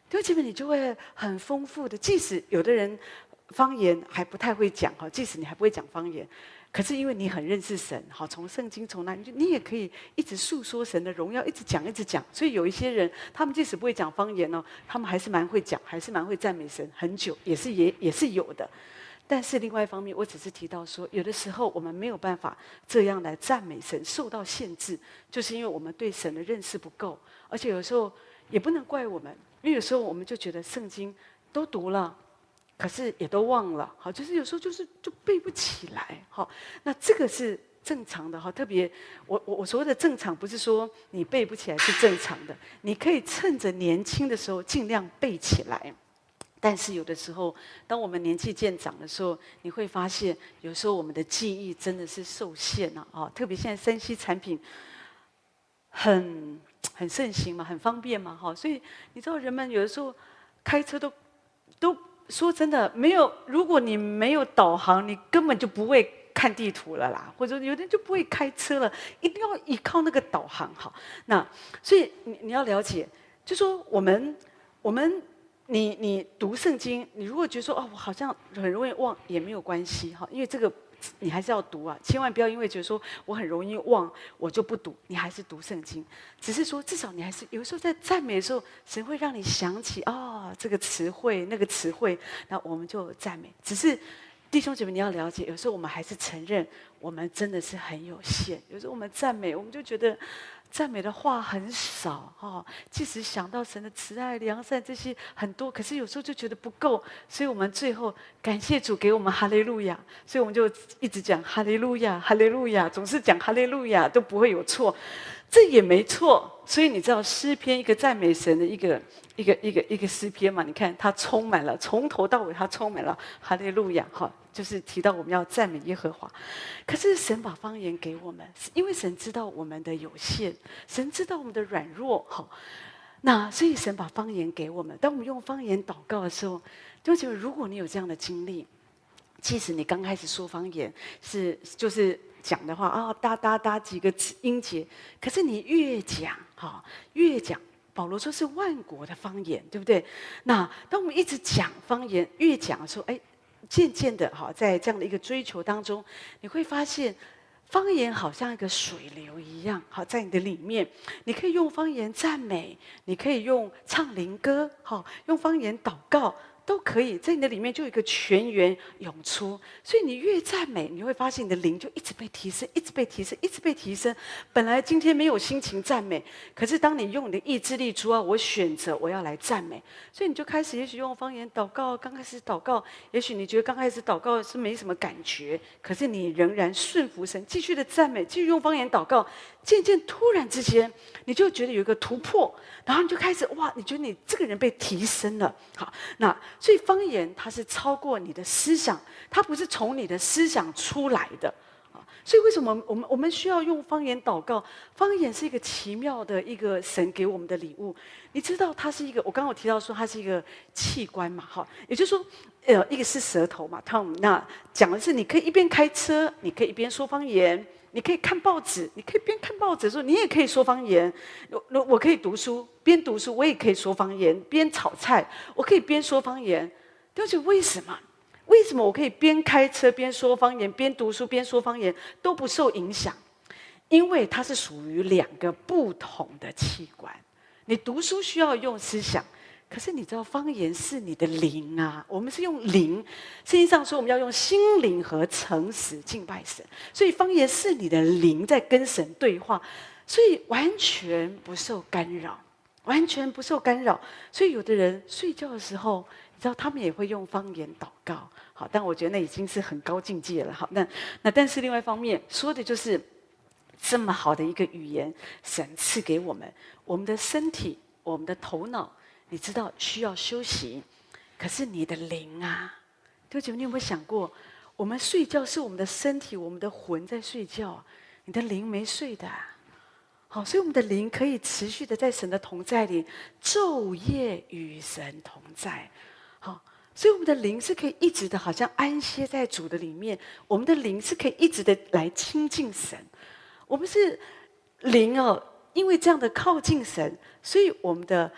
弟兄姐妹，你就会很丰富的。即使有的人方言还不太会讲哈，即使你还不会讲方言，可是因为你很认识神，好，从圣经从哪里，你也可以一直诉说神的荣耀，一直讲一直讲。所以有一些人，他们即使不会讲方言哦，他们还是蛮会讲，还是蛮会赞美神，很久也是也也是有的。但是另外一方面，我只是提到说，有的时候我们没有办法这样来赞美神，受到限制，就是因为我们对神的认识不够，而且有时候也不能怪我们，因为有时候我们就觉得圣经都读了，可是也都忘了，好，就是有时候就是就背不起来，好，那这个是正常的哈。特别我我我所谓的正常，不是说你背不起来是正常的，你可以趁着年轻的时候尽量背起来。但是有的时候，当我们年纪渐长的时候，你会发现，有时候我们的记忆真的是受限了啊！特别现在三 C 产品很很盛行嘛，很方便嘛，哈，所以你知道，人们有的时候开车都都说真的没有，如果你没有导航，你根本就不会看地图了啦，或者有的人就不会开车了，一定要依靠那个导航，哈。那所以你你要了解，就说我们我们。你你读圣经，你如果觉得说哦，我好像很容易忘，也没有关系哈，因为这个你还是要读啊，千万不要因为觉得说我很容易忘，我就不读，你还是读圣经。只是说，至少你还是有时候在赞美的时候，神会让你想起啊、哦、这个词汇那个词汇，那我们就赞美。只是弟兄姐妹，你要了解，有时候我们还是承认我们真的是很有限。有时候我们赞美，我们就觉得。赞美的话很少哈、哦，即使想到神的慈爱、良善这些很多，可是有时候就觉得不够，所以我们最后感谢主给我们哈利路亚，所以我们就一直讲哈利路亚、哈利路亚，总是讲哈利路亚都不会有错，这也没错。所以你知道诗篇一个赞美神的一个一个一个一个诗篇嘛？你看它充满了，从头到尾它充满了哈利路亚哈。就是提到我们要赞美耶和华，可是神把方言给我们，因为神知道我们的有限，神知道我们的软弱，好，那所以神把方言给我们。当我们用方言祷告的时候，就觉得如果你有这样的经历，即使你刚开始说方言是就是讲的话啊，哒哒哒几个音节，可是你越讲哈，越讲。保罗说是万国的方言，对不对？那当我们一直讲方言，越讲的时候，哎。渐渐的哈，在这样的一个追求当中，你会发现，方言好像一个水流一样，好，在你的里面，你可以用方言赞美，你可以用唱灵歌，好，用方言祷告。都可以在你的里面就有一个泉源涌出，所以你越赞美，你会发现你的灵就一直被提升，一直被提升，一直被提升。本来今天没有心情赞美，可是当你用你的意志力，主啊，我选择我要来赞美，所以你就开始，也许用方言祷告。刚开始祷告，也许你觉得刚开始祷告是没什么感觉，可是你仍然顺服神，继续的赞美，继续用方言祷告。渐渐突然之间，你就觉得有一个突破，然后你就开始哇，你觉得你这个人被提升了。好，那所以方言它是超过你的思想，它不是从你的思想出来的啊。所以为什么我们我们需要用方言祷告？方言是一个奇妙的一个神给我们的礼物。你知道它是一个，我刚刚有提到说它是一个器官嘛，哈，也就是说，呃，一个是舌头嘛，tongue，那讲的是你可以一边开车，你可以一边说方言。你可以看报纸，你可以边看报纸的时候，你也可以说方言。我我可以读书，边读书我也可以说方言，边炒菜我可以边说方言。但是为什么？为什么我可以边开车边说方言，边读书边说方言都不受影响？因为它是属于两个不同的器官。你读书需要用思想。可是你知道，方言是你的灵啊，我们是用灵。圣经上说，我们要用心灵和诚实敬拜神，所以方言是你的灵在跟神对话，所以完全不受干扰，完全不受干扰。所以有的人睡觉的时候，你知道他们也会用方言祷告。好，但我觉得那已经是很高境界了。好，那那但是另外一方面说的就是这么好的一个语言，神赐给我们，我们的身体，我们的头脑。你知道需要休息，可是你的灵啊，弟兄姐妹，你有没有想过，我们睡觉是我们的身体、我们的魂在睡觉，你的灵没睡的、啊。好，所以我们的灵可以持续的在神的同在里，昼夜与神同在。好，所以我们的灵是可以一直的，好像安歇在主的里面。我们的灵是可以一直的来亲近神。我们是灵哦，因为这样的靠近神，所以我们的。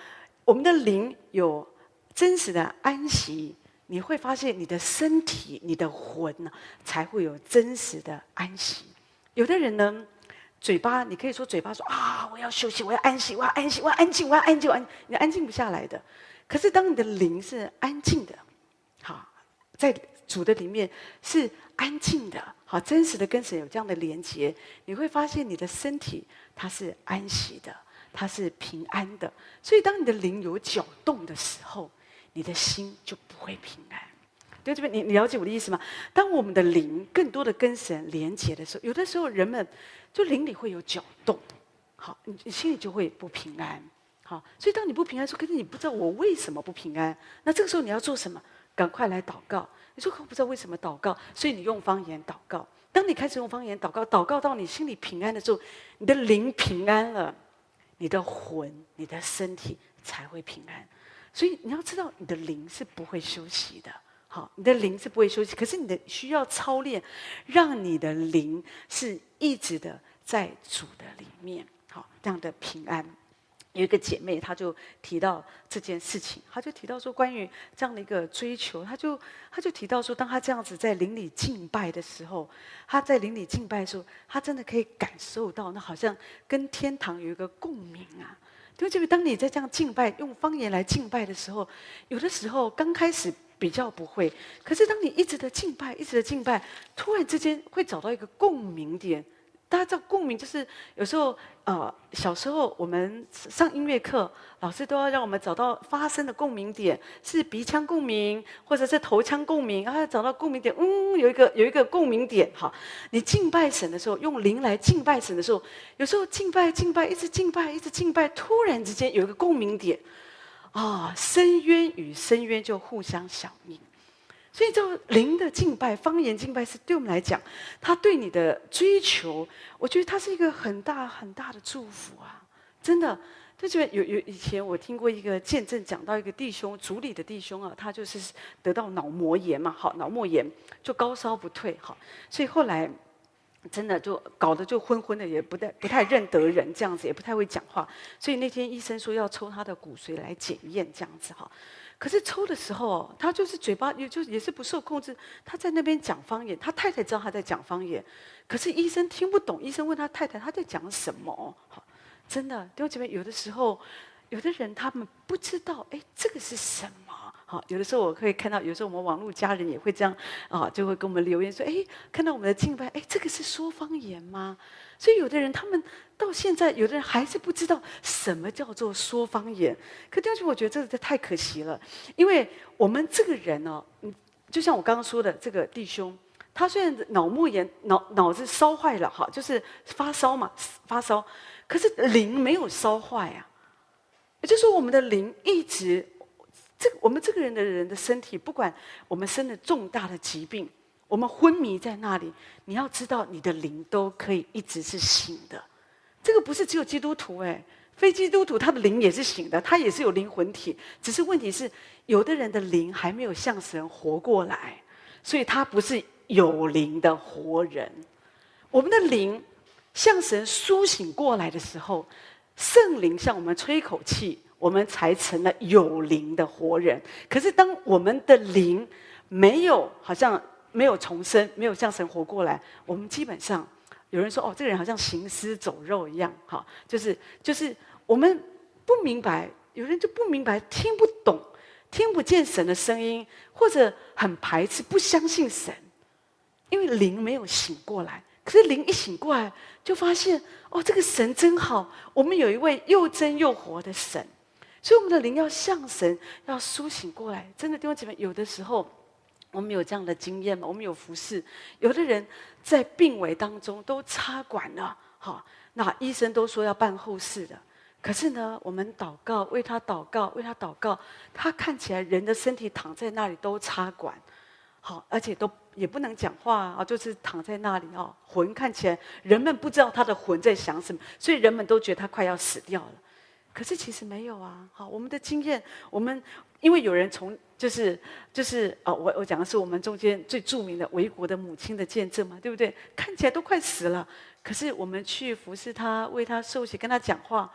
我们的灵有真实的安息，你会发现你的身体、你的魂呢，才会有真实的安息。有的人呢，嘴巴你可以说嘴巴说啊，我要休息，我要安息，我要安息，我要安静，我要安静，我要安静，你安静不下来的。可是当你的灵是安静的，好，在主的里面是安静的，好，真实的跟神有这样的连结，你会发现你的身体它是安息的，它是平安的。所以当你的灵有搅动的时候，你的心就不会平安。对，这边你你了解我的意思吗？当我们的灵更多的跟神连结的时候，有的时候人们就灵里会有搅动，好，你你心里就会不平安。好，所以当你不平安的时候，可是你不知道我为什么不平安，那这个时候你要做什么？赶快来祷告。你说我不知道为什么祷告，所以你用方言祷告。当你开始用方言祷告，祷告到你心里平安的时候，你的灵平安了，你的魂、你的身体才会平安。所以你要知道，你的灵是不会休息的。好，你的灵是不会休息，可是你的需要操练，让你的灵是一直的在主的里面，好，这样的平安。有一个姐妹，她就提到这件事情，她就提到说，关于这样的一个追求，她就她就提到说，当她这样子在灵里敬拜的时候，她在灵里敬拜的时候，她真的可以感受到，那好像跟天堂有一个共鸣啊。对不对？当你在这样敬拜，用方言来敬拜的时候，有的时候刚开始比较不会，可是当你一直的敬拜，一直的敬拜，突然之间会找到一个共鸣点。大家知道共鸣就是有时候呃小时候我们上音乐课，老师都要让我们找到发声的共鸣点，是鼻腔共鸣或者是头腔共鸣，然后找到共鸣点，嗯，有一个有一个共鸣点。好，你敬拜神的时候，用灵来敬拜神的时候，有时候敬拜敬拜一直敬拜一直敬拜，突然之间有一个共鸣点，啊，深渊与深渊就互相响应。所以，这灵的敬拜、方言敬拜是对我们来讲，他对你的追求，我觉得它是一个很大很大的祝福啊！真的，就觉得有有以前我听过一个见证，讲到一个弟兄，主里的弟兄啊，他就是得到脑膜炎嘛，好，脑膜炎就高烧不退，好，所以后来真的就搞得就昏昏的，也不太不太认得人，这样子也不太会讲话，所以那天医生说要抽他的骨髓来检验，这样子哈。可是抽的时候，他就是嘴巴也就也是不受控制，他在那边讲方言，他太太知道他在讲方言，可是医生听不懂。医生问他太太他在讲什么？好，真的，弟兄姐妹，有的时候，有的人他们不知道，哎，这个是什么？好，有的时候我可以看到，有时候我们网络家人也会这样啊，就会跟我们留言说，哎，看到我们的敬拜，哎，这个是说方言吗？所以有的人他们到现在，有的人还是不知道什么叫做说方言。可弟兄姐妹，我觉得这个太可惜了，因为我们这个人哦，嗯，就像我刚刚说的这个弟兄，他虽然脑膜炎，脑脑子烧坏了哈，就是发烧嘛，发烧，可是灵没有烧坏啊，也就是说我们的灵一直。这个我们这个人的人的身体，不管我们生了重大的疾病，我们昏迷在那里，你要知道，你的灵都可以一直是醒的。这个不是只有基督徒哎，非基督徒他的灵也是醒的，他也是有灵魂体。只是问题是，有的人的灵还没有向神活过来，所以他不是有灵的活人。我们的灵向神苏醒过来的时候，圣灵向我们吹口气。我们才成了有灵的活人。可是当我们的灵没有，好像没有重生，没有向神活过来，我们基本上有人说，哦，这个人好像行尸走肉一样，哈，就是就是我们不明白，有人就不明白，听不懂，听不见神的声音，或者很排斥，不相信神，因为灵没有醒过来。可是灵一醒过来，就发现，哦，这个神真好，我们有一位又真又活的神。所以我们的灵要向神，要苏醒过来。真的，弟兄姐妹，有的时候我们有这样的经验吗？我们有服侍，有的人在病危当中都插管了，好，那医生都说要办后事的。可是呢，我们祷告，为他祷告，为他祷告，他看起来人的身体躺在那里都插管，好，而且都也不能讲话啊，就是躺在那里啊，魂看起来人们不知道他的魂在想什么，所以人们都觉得他快要死掉了。可是其实没有啊，好，我们的经验，我们因为有人从就是就是哦，我我讲的是我们中间最著名的维国的母亲的见证嘛，对不对？看起来都快死了，可是我们去服侍他，为他受洗，跟他讲话，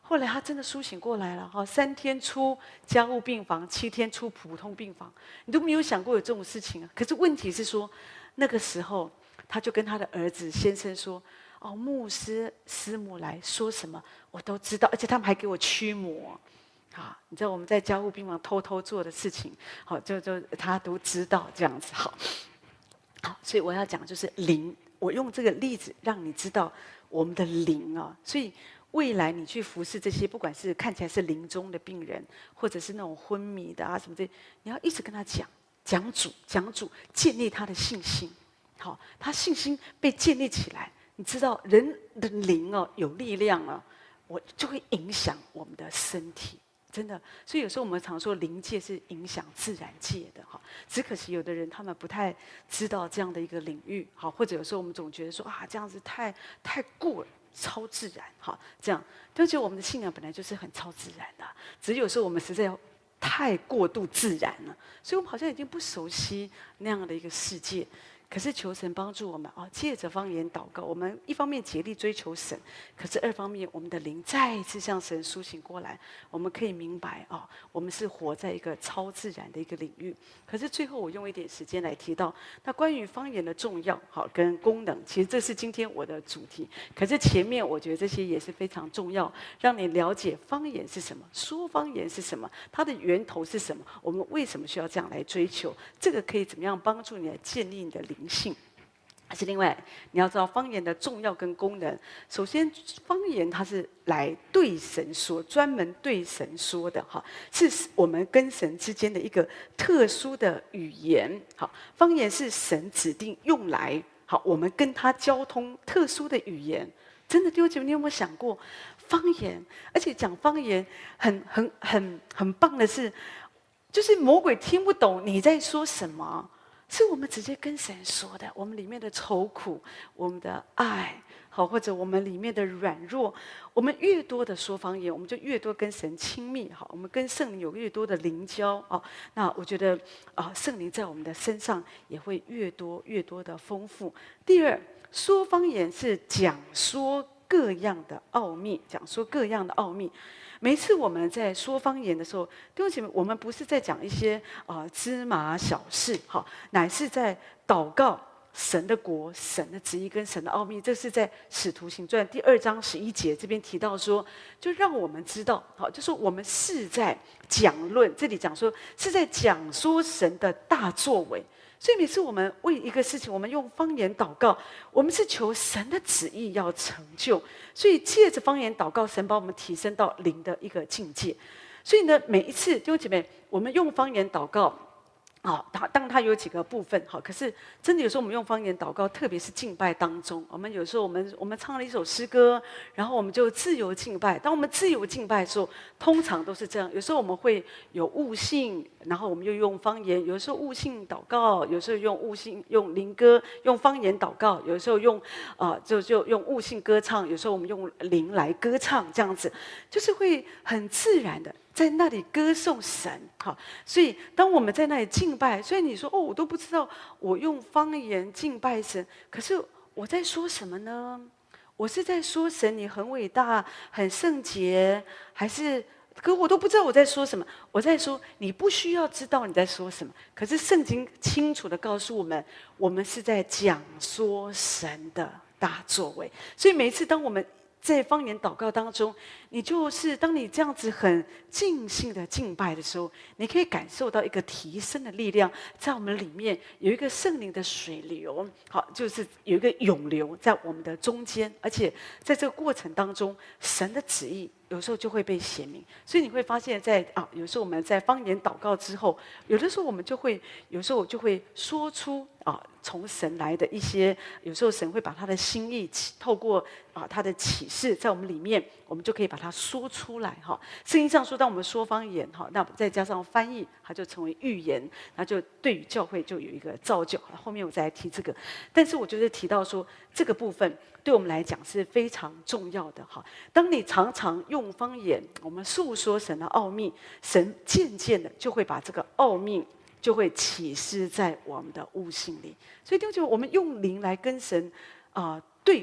后来他真的苏醒过来了哈，三天出加护病房，七天出普通病房，你都没有想过有这种事情啊。可是问题是说，那个时候他就跟他的儿子先生说：“哦，牧师师母来说什么我都知道，而且他们还给我驱魔。”好，你知道我们在加护病房偷偷做的事情，好，就就他都知道这样子。好，好，所以我要讲就是灵，我用这个例子让你知道我们的灵啊。所以未来你去服侍这些，不管是看起来是临终的病人，或者是那种昏迷的啊什么的，你要一直跟他讲讲主，讲主，建立他的信心。好，他信心被建立起来，你知道人的灵哦有力量啊，我就会影响我们的身体。真的，所以有时候我们常说灵界是影响自然界的哈，只可惜有的人他们不太知道这样的一个领域，好，或者有时候我们总觉得说啊这样子太太过超自然，哈，这样，但是我们的信仰本来就是很超自然的，只是有时候我们实在太过度自然了，所以我们好像已经不熟悉那样的一个世界。可是求神帮助我们啊，借着方言祷告，我们一方面竭力追求神，可是二方面我们的灵再一次向神苏醒过来，我们可以明白啊，我们是活在一个超自然的一个领域。可是最后我用一点时间来提到，那关于方言的重要好跟功能，其实这是今天我的主题。可是前面我觉得这些也是非常重要，让你了解方言是什么，说方言是什么，它的源头是什么，我们为什么需要这样来追求，这个可以怎么样帮助你来建立你的灵性。还是另外，你要知道方言的重要跟功能。首先，方言它是来对神说，专门对神说的哈，是我们跟神之间的一个特殊的语言。好，方言是神指定用来好我们跟他交通特殊的语言。真的，弟兄姐妹，你有没有想过方言？而且讲方言很很很很棒的是，就是魔鬼听不懂你在说什么。是我们直接跟神说的，我们里面的愁苦，我们的爱，好，或者我们里面的软弱，我们越多的说方言，我们就越多跟神亲密，好，我们跟圣灵有越多的灵交，哦，那我觉得啊，圣灵在我们的身上也会越多越多的丰富。第二，说方言是讲说各样的奥秘，讲说各样的奥秘。每一次我们在说方言的时候，弟兄姐妹，我们不是在讲一些呃芝麻小事，哈，乃是在祷告神的国、神的旨意跟神的奥秘。这是在《使徒行传》第二章十一节这边提到说，就让我们知道，好，就说我们是在讲论，这里讲说是在讲说神的大作为。所以每次我们为一个事情，我们用方言祷告，我们是求神的旨意要成就。所以借着方言祷告，神把我们提升到灵的一个境界。所以呢，每一次弟兄姐妹，我们用方言祷告。好，它当然它有几个部分，好，可是真的有时候我们用方言祷告，特别是敬拜当中，我们有时候我们我们唱了一首诗歌，然后我们就自由敬拜。当我们自由敬拜的时候，通常都是这样。有时候我们会有悟性，然后我们又用方言；有时候悟性祷告，有时候用悟性用灵歌，用方言祷告；有时候用啊、呃、就就用悟性歌唱；有时候我们用灵来歌唱，这样子就是会很自然的。在那里歌颂神，好，所以当我们在那里敬拜，所以你说哦，我都不知道我用方言敬拜神，可是我在说什么呢？我是在说神你很伟大、很圣洁，还是？可我都不知道我在说什么。我在说你不需要知道你在说什么，可是圣经清楚地告诉我们，我们是在讲说神的大作为。所以每一次当我们在方言祷告当中，你就是当你这样子很尽兴的敬拜的时候，你可以感受到一个提升的力量，在我们里面有一个圣灵的水流，好，就是有一个涌流在我们的中间，而且在这个过程当中，神的旨意有时候就会被显明。所以你会发现在啊，有时候我们在方言祷告之后，有的时候我们就会，有时候就会说出啊，从神来的一些，有时候神会把他的心意透过啊他的启示在我们里面，我们就可以把它说出来哈。圣经上说，当我们说方言哈，那再加上翻译，它就成为预言，那就对于教会就有一个造就。后面我再来提这个，但是我就是提到说这个部分对我们来讲是非常重要的哈。当你常常用方言，我们诉说神的奥秘，神渐渐的就会把这个奥秘就会启示在我们的悟性里。所以弟兄姐妹，我们用灵来跟神啊、呃、对话，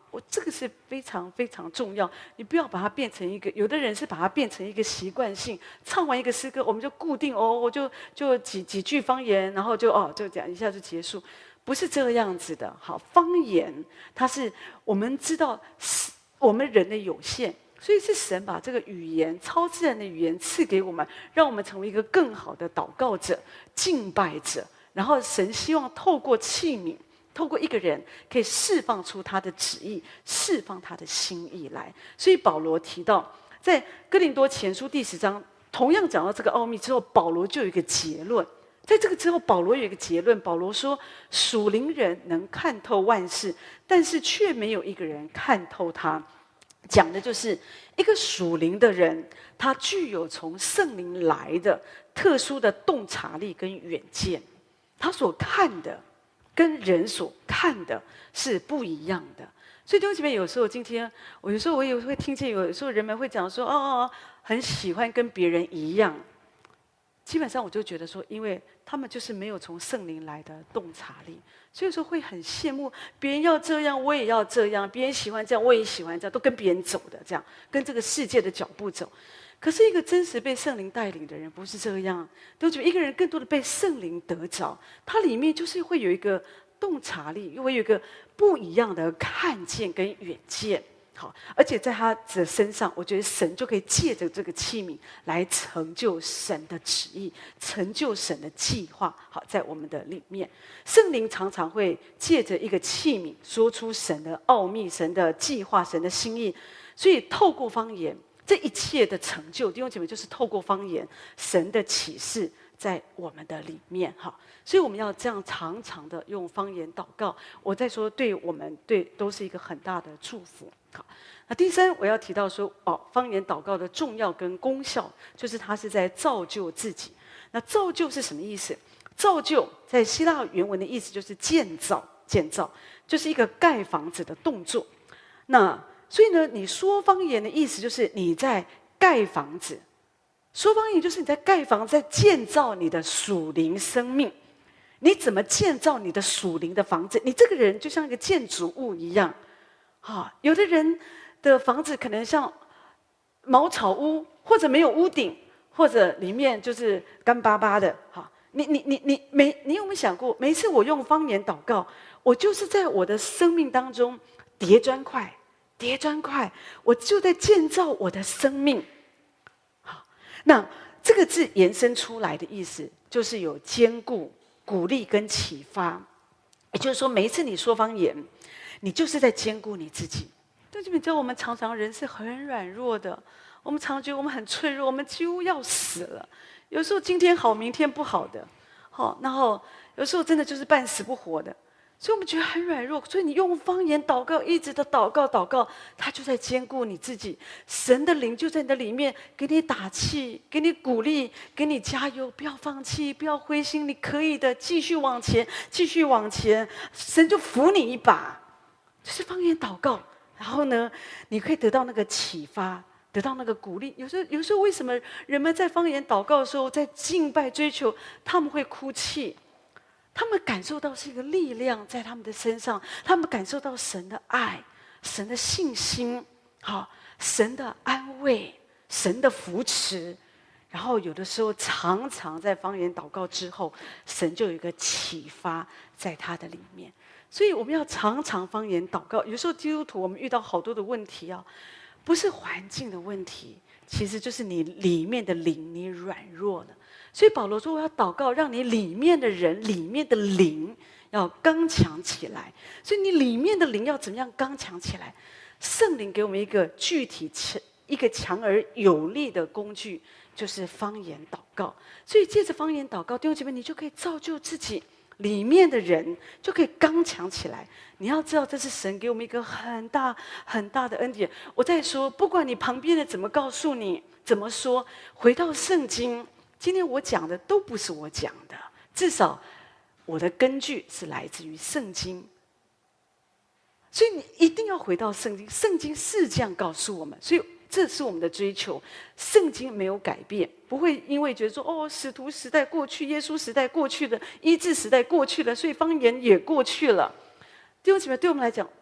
我这个是非常非常重要。你不要把它变成一个，有的人是把它变成一个习惯性，唱完一个诗歌，我们就固定哦，我就就几几句方言，然后就哦就讲一下就结束，不是这个样子的。好，方言它是我们知道是我们人的有限。所以是神把这个语言、超自然的语言赐给我们，让我们成为一个更好的祷告者、敬拜者。然后神希望透过器皿，透过一个人，可以释放出他的旨意，释放他的心意来。所以保罗提到，在哥林多前书第十章，同样讲到这个奥秘之后，保罗就有一个结论。在这个之后，保罗有一个结论，保罗说：属灵人能看透万事，但是却没有一个人看透他。讲的就是一个属灵的人，他具有从圣灵来的特殊的洞察力跟远见，他所看的跟人所看的是不一样的。所以弟兄姐妹，有时候今天我有时候我也会听见，有时候人们会讲说，哦，很喜欢跟别人一样。基本上我就觉得说，因为他们就是没有从圣灵来的洞察力，所以说会很羡慕别人要这样，我也要这样；别人喜欢这样，我也喜欢这样，都跟别人走的这样，跟这个世界的脚步走。可是一个真实被圣灵带领的人不是这样，都觉得一个人更多的被圣灵得着，他里面就是会有一个洞察力，又会有一个不一样的看见跟远见。好，而且在他的身上，我觉得神就可以借着这个器皿来成就神的旨意，成就神的计划。好，在我们的里面，圣灵常常会借着一个器皿说出神的奥秘、神的计划、神的心意。所以透过方言，这一切的成就，弟兄姐妹，就是透过方言，神的启示在我们的里面。好，所以我们要这样常常的用方言祷告。我在说，对我们对都是一个很大的祝福。好，那第三我要提到说，哦，方言祷告的重要跟功效，就是它是在造就自己。那造就是什么意思？造就在希腊原文的意思就是建造，建造就是一个盖房子的动作。那所以呢，你说方言的意思就是你在盖房子，说方言就是你在盖房子，在建造你的属灵生命。你怎么建造你的属灵的房子？你这个人就像一个建筑物一样。啊，有的人的房子可能像茅草屋，或者没有屋顶，或者里面就是干巴巴的。哈，你你你你没你有没有想过，每一次我用方言祷告，我就是在我的生命当中叠砖块，叠砖块，我就在建造我的生命。好，那这个字延伸出来的意思，就是有坚固、鼓励跟启发。也就是说，每一次你说方言，你就是在兼顾你自己。对，你知道我们常常人是很软弱的，我们常觉得我们很脆弱，我们几乎要死了。有时候今天好，明天不好的，好，然后有时候真的就是半死不活的，所以我们觉得很软弱。所以你用方言祷告，一直的祷告祷告，他就在兼顾你自己。神的灵就在你的里面，给你打气，给你鼓励，给你加油，不要放弃，不要灰心，你可以的，继续往前，继续往前，神就扶你一把。就是方言祷告，然后呢，你可以得到那个启发，得到那个鼓励。有时候，有时候为什么人们在方言祷告的时候，在敬拜追求，他们会哭泣？他们感受到是一个力量在他们的身上，他们感受到神的爱、神的信心，好，神的安慰、神的扶持。然后有的时候，常常在方言祷告之后，神就有一个启发在他的里面。所以我们要常常方言祷告。有时候基督徒我们遇到好多的问题啊，不是环境的问题，其实就是你里面的灵你软弱了。所以保罗说，我要祷告，让你里面的人、里面的灵要刚强起来。所以你里面的灵要怎么样刚强起来？圣灵给我们一个具体、一个强而有力的工具，就是方言祷告。所以借着方言祷告，弟兄姐妹，你就可以造就自己。里面的人就可以刚强起来。你要知道，这是神给我们一个很大很大的恩典。我在说，不管你旁边的怎么告诉你，怎么说，回到圣经，今天我讲的都不是我讲的，至少我的根据是来自于圣经。所以你一定要回到圣经，圣经是这样告诉我们，所以这是我们的追求。圣经没有改变，不会因为觉得说，哦，使徒时代过去，耶稣时代过去了，医治时代过去了，所以方言也过去了。弟兄姐妹，对我们来讲，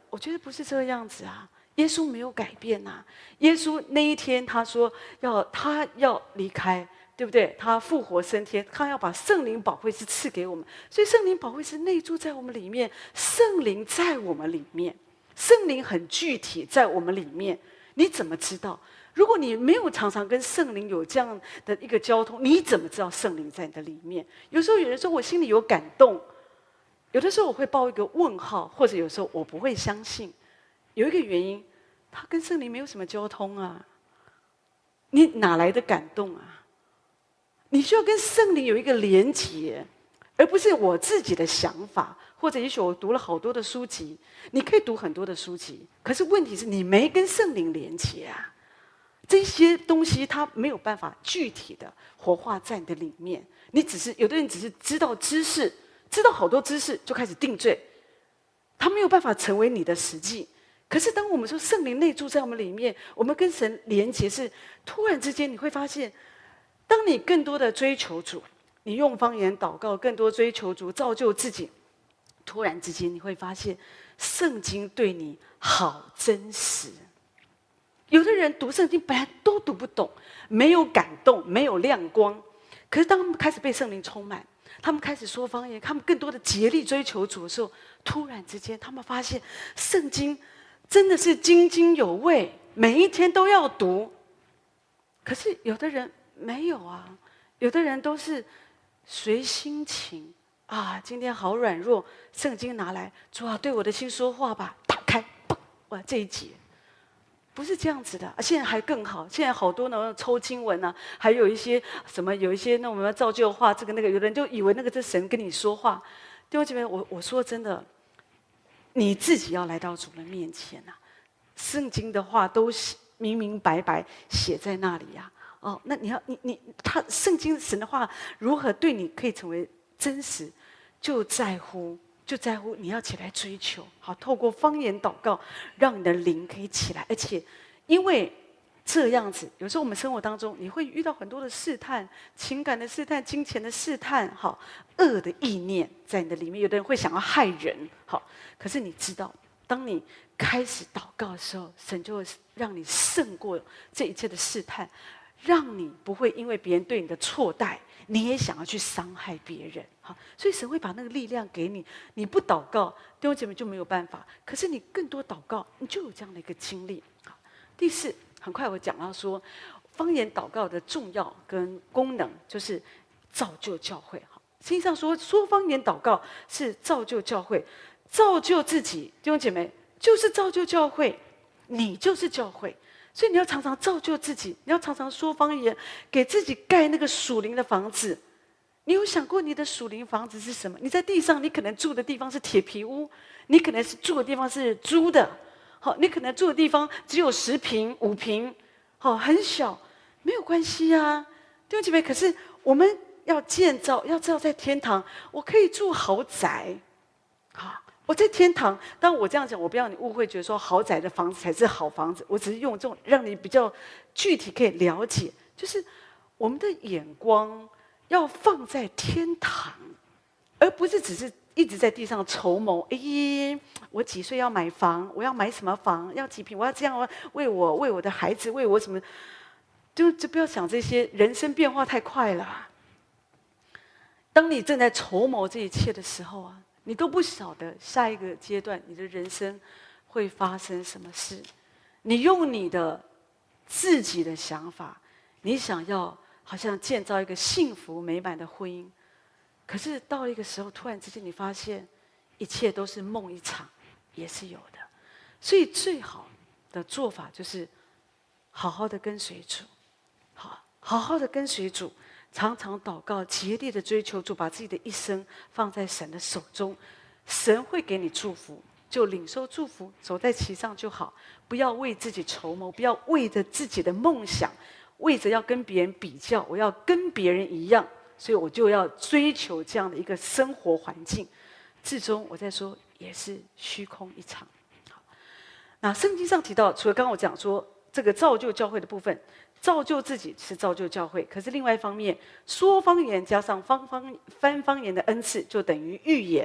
我觉得不是这个样子啊。耶稣没有改变啊。耶稣那一天他说要他要离开，对不对？他复活升天，他要把圣灵保惠师赐给我们，所以圣灵保惠师内住在我们里面，圣灵在我们里面，圣灵很具体在我们里面。你怎么知道？如果你没有常常跟圣灵有这样的一个交通，你怎么知道圣灵在你的里面？有时候有人说我心里有感动，有的时候我会抱一个问号，或者有时候我不会相信。有一个原因，他跟圣灵没有什么交通啊，你哪来的感动啊？你需要跟圣灵有一个连结，而不是我自己的想法，或者也许我读了好多的书籍，你可以读很多的书籍，可是问题是你没跟圣灵连结啊。这些东西它没有办法具体的活化在你的里面，你只是有的人只是知道知识，知道好多知识就开始定罪，他没有办法成为你的实际。可是当我们说圣灵内住在我们里面，我们跟神连结，是突然之间你会发现，当你更多的追求主，你用方言祷告，更多追求主造就自己，突然之间你会发现圣经对你好真实。有的人读圣经本来都读不懂，没有感动，没有亮光，可是当他们开始被圣灵充满，他们开始说方言，他们更多的竭力追求主的时候，突然之间他们发现圣经真的是津津有味，每一天都要读。可是有的人没有啊，有的人都是随心情啊，今天好软弱，圣经拿来，主啊，对我的心说话吧，打开，嘣，哇，这一节。不是这样子的，现在还更好。现在好多那种抽经文啊，还有一些什么，有一些那我们造就话，这个那个，有人就以为那个是神跟你说话。弟兄姐妹，我我说真的，你自己要来到主的面前啊，圣经的话都明明白白写在那里呀、啊。哦，那你要你你他圣经神的话如何对你可以成为真实，就在乎。就在乎你要起来追求，好，透过方言祷告，让你的灵可以起来。而且，因为这样子，有时候我们生活当中，你会遇到很多的试探，情感的试探、金钱的试探，好，恶的意念在你的里面。有的人会想要害人，好，可是你知道，当你开始祷告的时候，神就会让你胜过这一切的试探，让你不会因为别人对你的错待。你也想要去伤害别人，好，所以神会把那个力量给你。你不祷告，弟兄姐妹就没有办法。可是你更多祷告，你就有这样的一个经历。好，第四，很快我讲到说，方言祷告的重要跟功能，就是造就教会。好，实际上说说方言祷告是造就教会，造就自己。弟兄姐妹就是造就教会，你就是教会。所以你要常常造就自己，你要常常说方言，给自己盖那个属灵的房子。你有想过你的属灵房子是什么？你在地上，你可能住的地方是铁皮屋，你可能是住的地方是租的，好，你可能住的地方只有十平、五平，好，很小，没有关系啊，弟兄姐妹。可是我们要建造，要知道在天堂，我可以住豪宅，好。我在天堂，当我这样讲，我不要你误会，觉得说豪宅的房子才是好房子。我只是用这种让你比较具体可以了解，就是我们的眼光要放在天堂，而不是只是一直在地上筹谋。哎，我几岁要买房？我要买什么房？要几平？我要这样为我为我的孩子，为我什么？就就不要想这些，人生变化太快了。当你正在筹谋这一切的时候啊。你都不晓得下一个阶段你的人生会发生什么事，你用你的自己的想法，你想要好像建造一个幸福美满的婚姻，可是到一个时候，突然之间你发现一切都是梦一场，也是有的。所以最好的做法就是好好的跟随主，好，好好的跟随主。常常祷告，竭力的追求主，把自己的一生放在神的手中，神会给你祝福，就领受祝福，走在其上就好。不要为自己筹谋，不要为着自己的梦想，为着要跟别人比较，我要跟别人一样，所以我就要追求这样的一个生活环境。至终我在说，也是虚空一场。好，那圣经上提到，除了刚刚我讲说这个造就教会的部分。造就自己是造就教会，可是另外一方面，说方言加上方方翻方言的恩赐，就等于预言，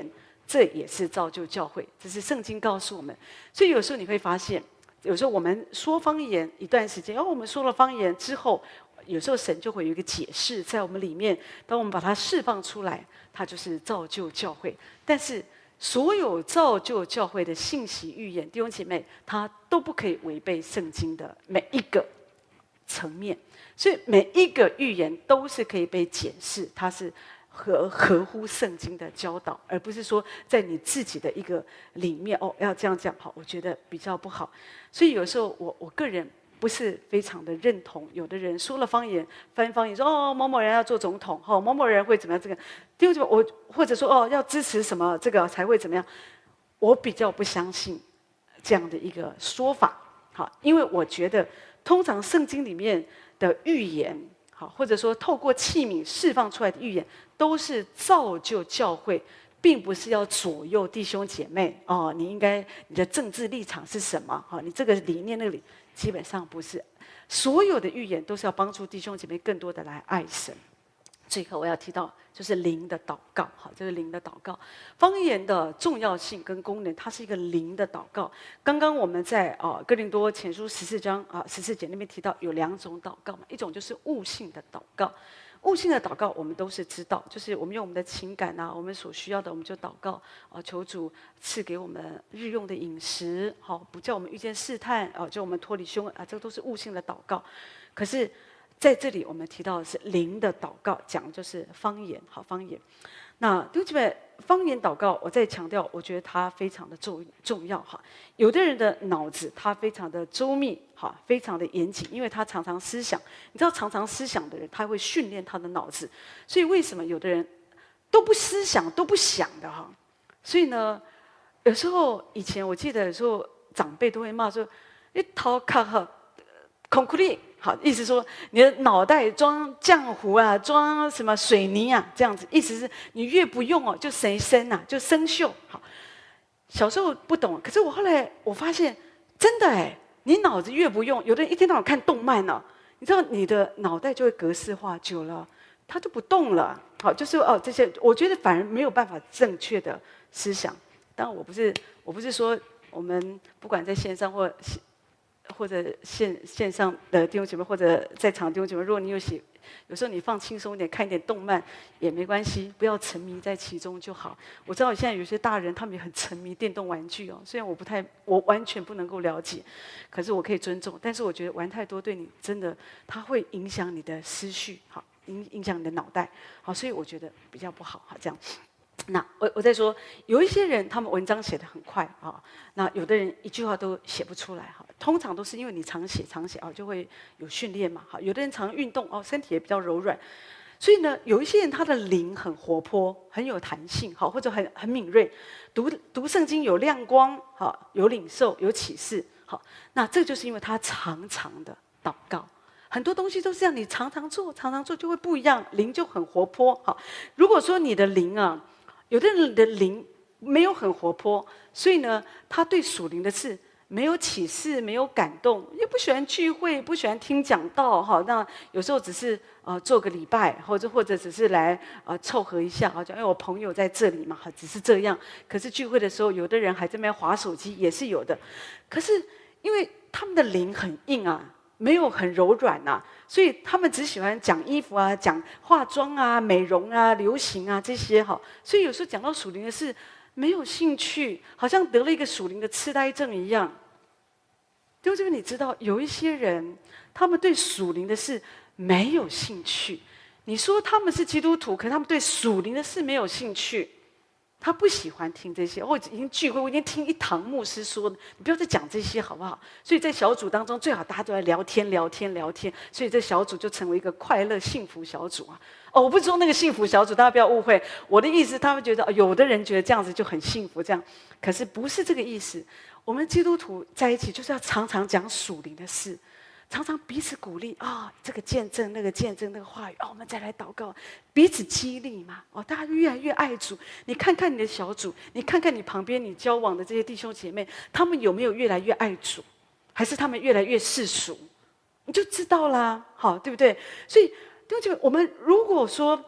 这也是造就教会，这是圣经告诉我们。所以有时候你会发现，有时候我们说方言一段时间，然后我们说了方言之后，有时候神就会有一个解释在我们里面，当我们把它释放出来，它就是造就教会。但是所有造就教会的信息预言，弟兄姐妹，它都不可以违背圣经的每一个层面，所以每一个预言都是可以被检视，它是合合乎圣经的教导，而不是说在你自己的一个里面哦要这样讲好，我觉得比较不好。所以有时候我我个人不是非常的认同，有的人说了方言，翻方言说哦某某人要做总统，哦某某人会怎么样这个，第二我或者说哦要支持什么这个才会怎么样，我比较不相信这样的一个说法，好，因为我觉得通常圣经里面的预言，好或者说透过器皿释放出来的预言，都是造就教会，并不是要左右弟兄姐妹哦。你应该你的政治立场是什么？哈，你这个理念那里基本上不是。所有的预言都是要帮助弟兄姐妹更多的来爱神。最后我要提到就是灵的祷告，好，这是灵的祷告。方言的重要性跟功能，它是一个灵的祷告。刚刚我们在啊哥林多前书十四章啊十四节那边提到有两种祷告嘛，一种就是悟性的祷告。悟性的祷告我们都是知道，就是我们用我们的情感啊，我们所需要的我们就祷告啊，求主赐给我们日用的饮食，好，不叫我们遇见试探啊，叫我们脱离凶恶啊，这个都是悟性的祷告。可是在这里我们提到的是灵的祷告，讲的就是方言，好，方言。那弟兄姐妹，方言祷告，我再强调，我觉得它非常的重重要哈。有的人的脑子他非常的周密，哈，非常的严谨，因为他常常思想。你知道，常常思想的人，他会训练他的脑子。所以为什么有的人都不思想、都不想的哈？所以呢，有时候以前我记得有时候长辈都会骂说：“你头壳哈，空苦力。”好，意思说你的脑袋装浆糊啊，装什么水泥啊，这样子，意思是你越不用哦，就谁生啊，就生锈。好，小时候不懂，可是我后来我发现，真的哎，你脑子越不用，有的人一天到晚看动漫呢、啊，你知道你的脑袋就会格式化，久了它就不动了。好，就是哦这些，我觉得反而没有办法正确的思想。当然我不是我不是说我们不管在线上或。或者线线上的弟兄姐妹，或者在场弟兄姐妹，如果你有写，有时候你放轻松一点，看一点动漫也没关系，不要沉迷在其中就好。我知道现在有些大人他们也很沉迷电动玩具哦，虽然我不太，我完全不能够了解，可是我可以尊重。但是我觉得玩太多对你真的，它会影响你的思绪，好，影影响你的脑袋，好，所以我觉得比较不好，好这样。那我我在说，有一些人他们文章写得很快啊，那有的人一句话都写不出来哈。通常都是因为你常写常写啊，就会有训练嘛。哈，有的人常运动哦，身体也比较柔软，所以呢，有一些人他的灵很活泼，很有弹性，好，或者很很敏锐，读读圣经有亮光，好，有领受有启示，好，那这就是因为他常常的祷告。很多东西都是这样，你常常做，常常做就会不一样，灵就很活泼。好，如果说你的灵啊。有的人的灵没有很活泼，所以呢，他对属灵的事没有启示，没有感动，也不喜欢聚会，不喜欢听讲道，哈。那有时候只是呃做个礼拜，或者或者只是来呃凑合一下，好像因为我朋友在这里嘛，哈，只是这样。可是聚会的时候，有的人还在那边滑手机，也是有的。可是因为他们的灵很硬啊。没有很柔软呐、啊，所以他们只喜欢讲衣服啊、讲化妆啊、美容啊、流行啊这些哈。所以有时候讲到属灵的事，没有兴趣，好像得了一个属灵的痴呆症一样。就这个你知道，有一些人他们对属灵的事没有兴趣。你说他们是基督徒，可是他们对属灵的事没有兴趣。他不喜欢听这些，我已经聚会，我已经听一堂牧师说的，你不要再讲这些好不好？所以在小组当中，最好大家都在聊天、聊天、聊天，所以这小组就成为一个快乐幸福小组啊！哦，我不是说那个幸福小组，大家不要误会，我的意思，他们觉得有的人觉得这样子就很幸福，这样，可是不是这个意思。我们基督徒在一起就是要常常讲属灵的事。常常彼此鼓励啊、哦，这个见证那个见证那个话语哦，我们再来祷告，彼此激励嘛哦，大家越来越爱主。你看看你的小组，你看看你旁边你交往的这些弟兄姐妹，他们有没有越来越爱主，还是他们越来越世俗？你就知道啦，好，对不对？所以弟兄姐妹，我们如果说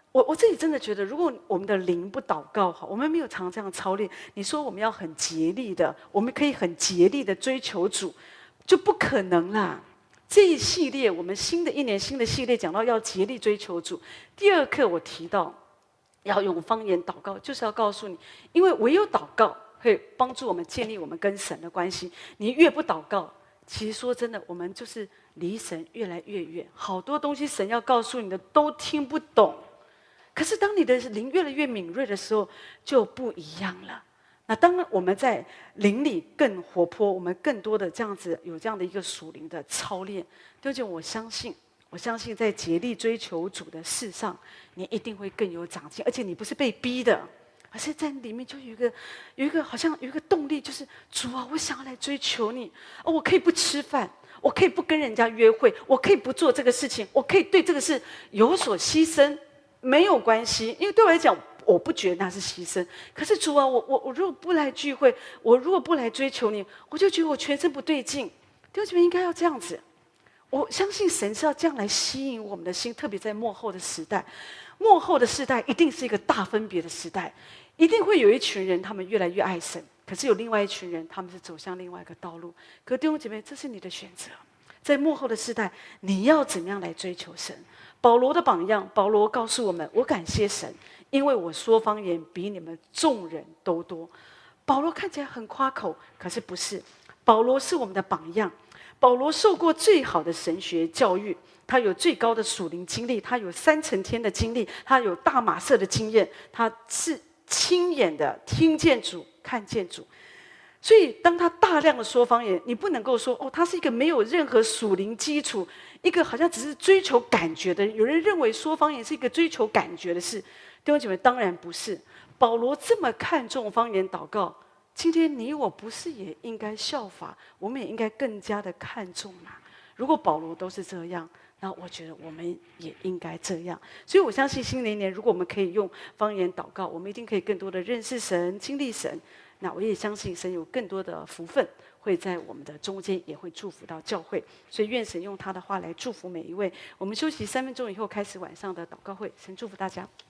我我自己真的觉得，如果我们的灵不祷告好，我们没有常这样操练，你说我们要很竭力的，我们可以很竭力的追求主，就不可能啦。这一系列我们新的一年新的系列讲到要竭力追求主。第二课我提到要用方言祷告，就是要告诉你，因为唯有祷告会帮助我们建立我们跟神的关系。你越不祷告，其实说真的，我们就是离神越来越远，好多东西神要告诉你的都听不懂。可是当你的灵越来越敏锐的时候，就不一样了。那当我们在灵里更活泼，我们更多的这样子有这样的一个属灵的操练，弟兄姐妹，我相信，我相信在竭力追求主的事上，你一定会更有长进，而且你不是被逼的，而是在里面就有一个有一个好像有一个动力，就是主啊，我想要来追求你，哦，我可以不吃饭。我可以不跟人家约会，我可以不做这个事情，我可以对这个事有所牺牲。没有关系，因为对我来讲，我不觉得那是牺牲。可是主啊，我我我如果不来聚会，我如果不来追求你，我就觉得我全身不对劲。弟兄姐妹应该要这样子，我相信神是要这样来吸引我们的心，特别在末后的时代。末后的时代一定是一个大分别的时代，一定会有一群人他们越来越爱神，可是有另外一群人他们是走向另外一个道路。可弟兄姐妹，这是你的选择。在末后的时代，你要怎么样来追求神？保罗的榜样，保罗告诉我们：我感谢神，因为我说方言比你们众人都多。保罗看起来很夸口，可是不是。保罗是我们的榜样。保罗受过最好的神学教育，他有最高的属灵经历，他有三层天的经历，他有大马色的经验，他是亲眼的听见主、看见主。所以，当他大量的说方言，你不能够说哦，他是一个没有任何属灵基础，一个好像只是追求感觉的人。有人认为说方言是一个追求感觉的事，弟兄姐妹，当然不是。保罗这么看重方言祷告，今天你我不是也应该效法？我们也应该更加的看重嘛。如果保罗都是这样，那我觉得我们也应该这样。所以我相信新的一年，如果我们可以用方言祷告，我们一定可以更多的认识神、经历神。那我也相信神有更多的福分会在我们的中间，也会祝福到教会。所以愿神用他的话来祝福每一位。我们休息三分钟以后开始晚上的祷告会。神祝福大家。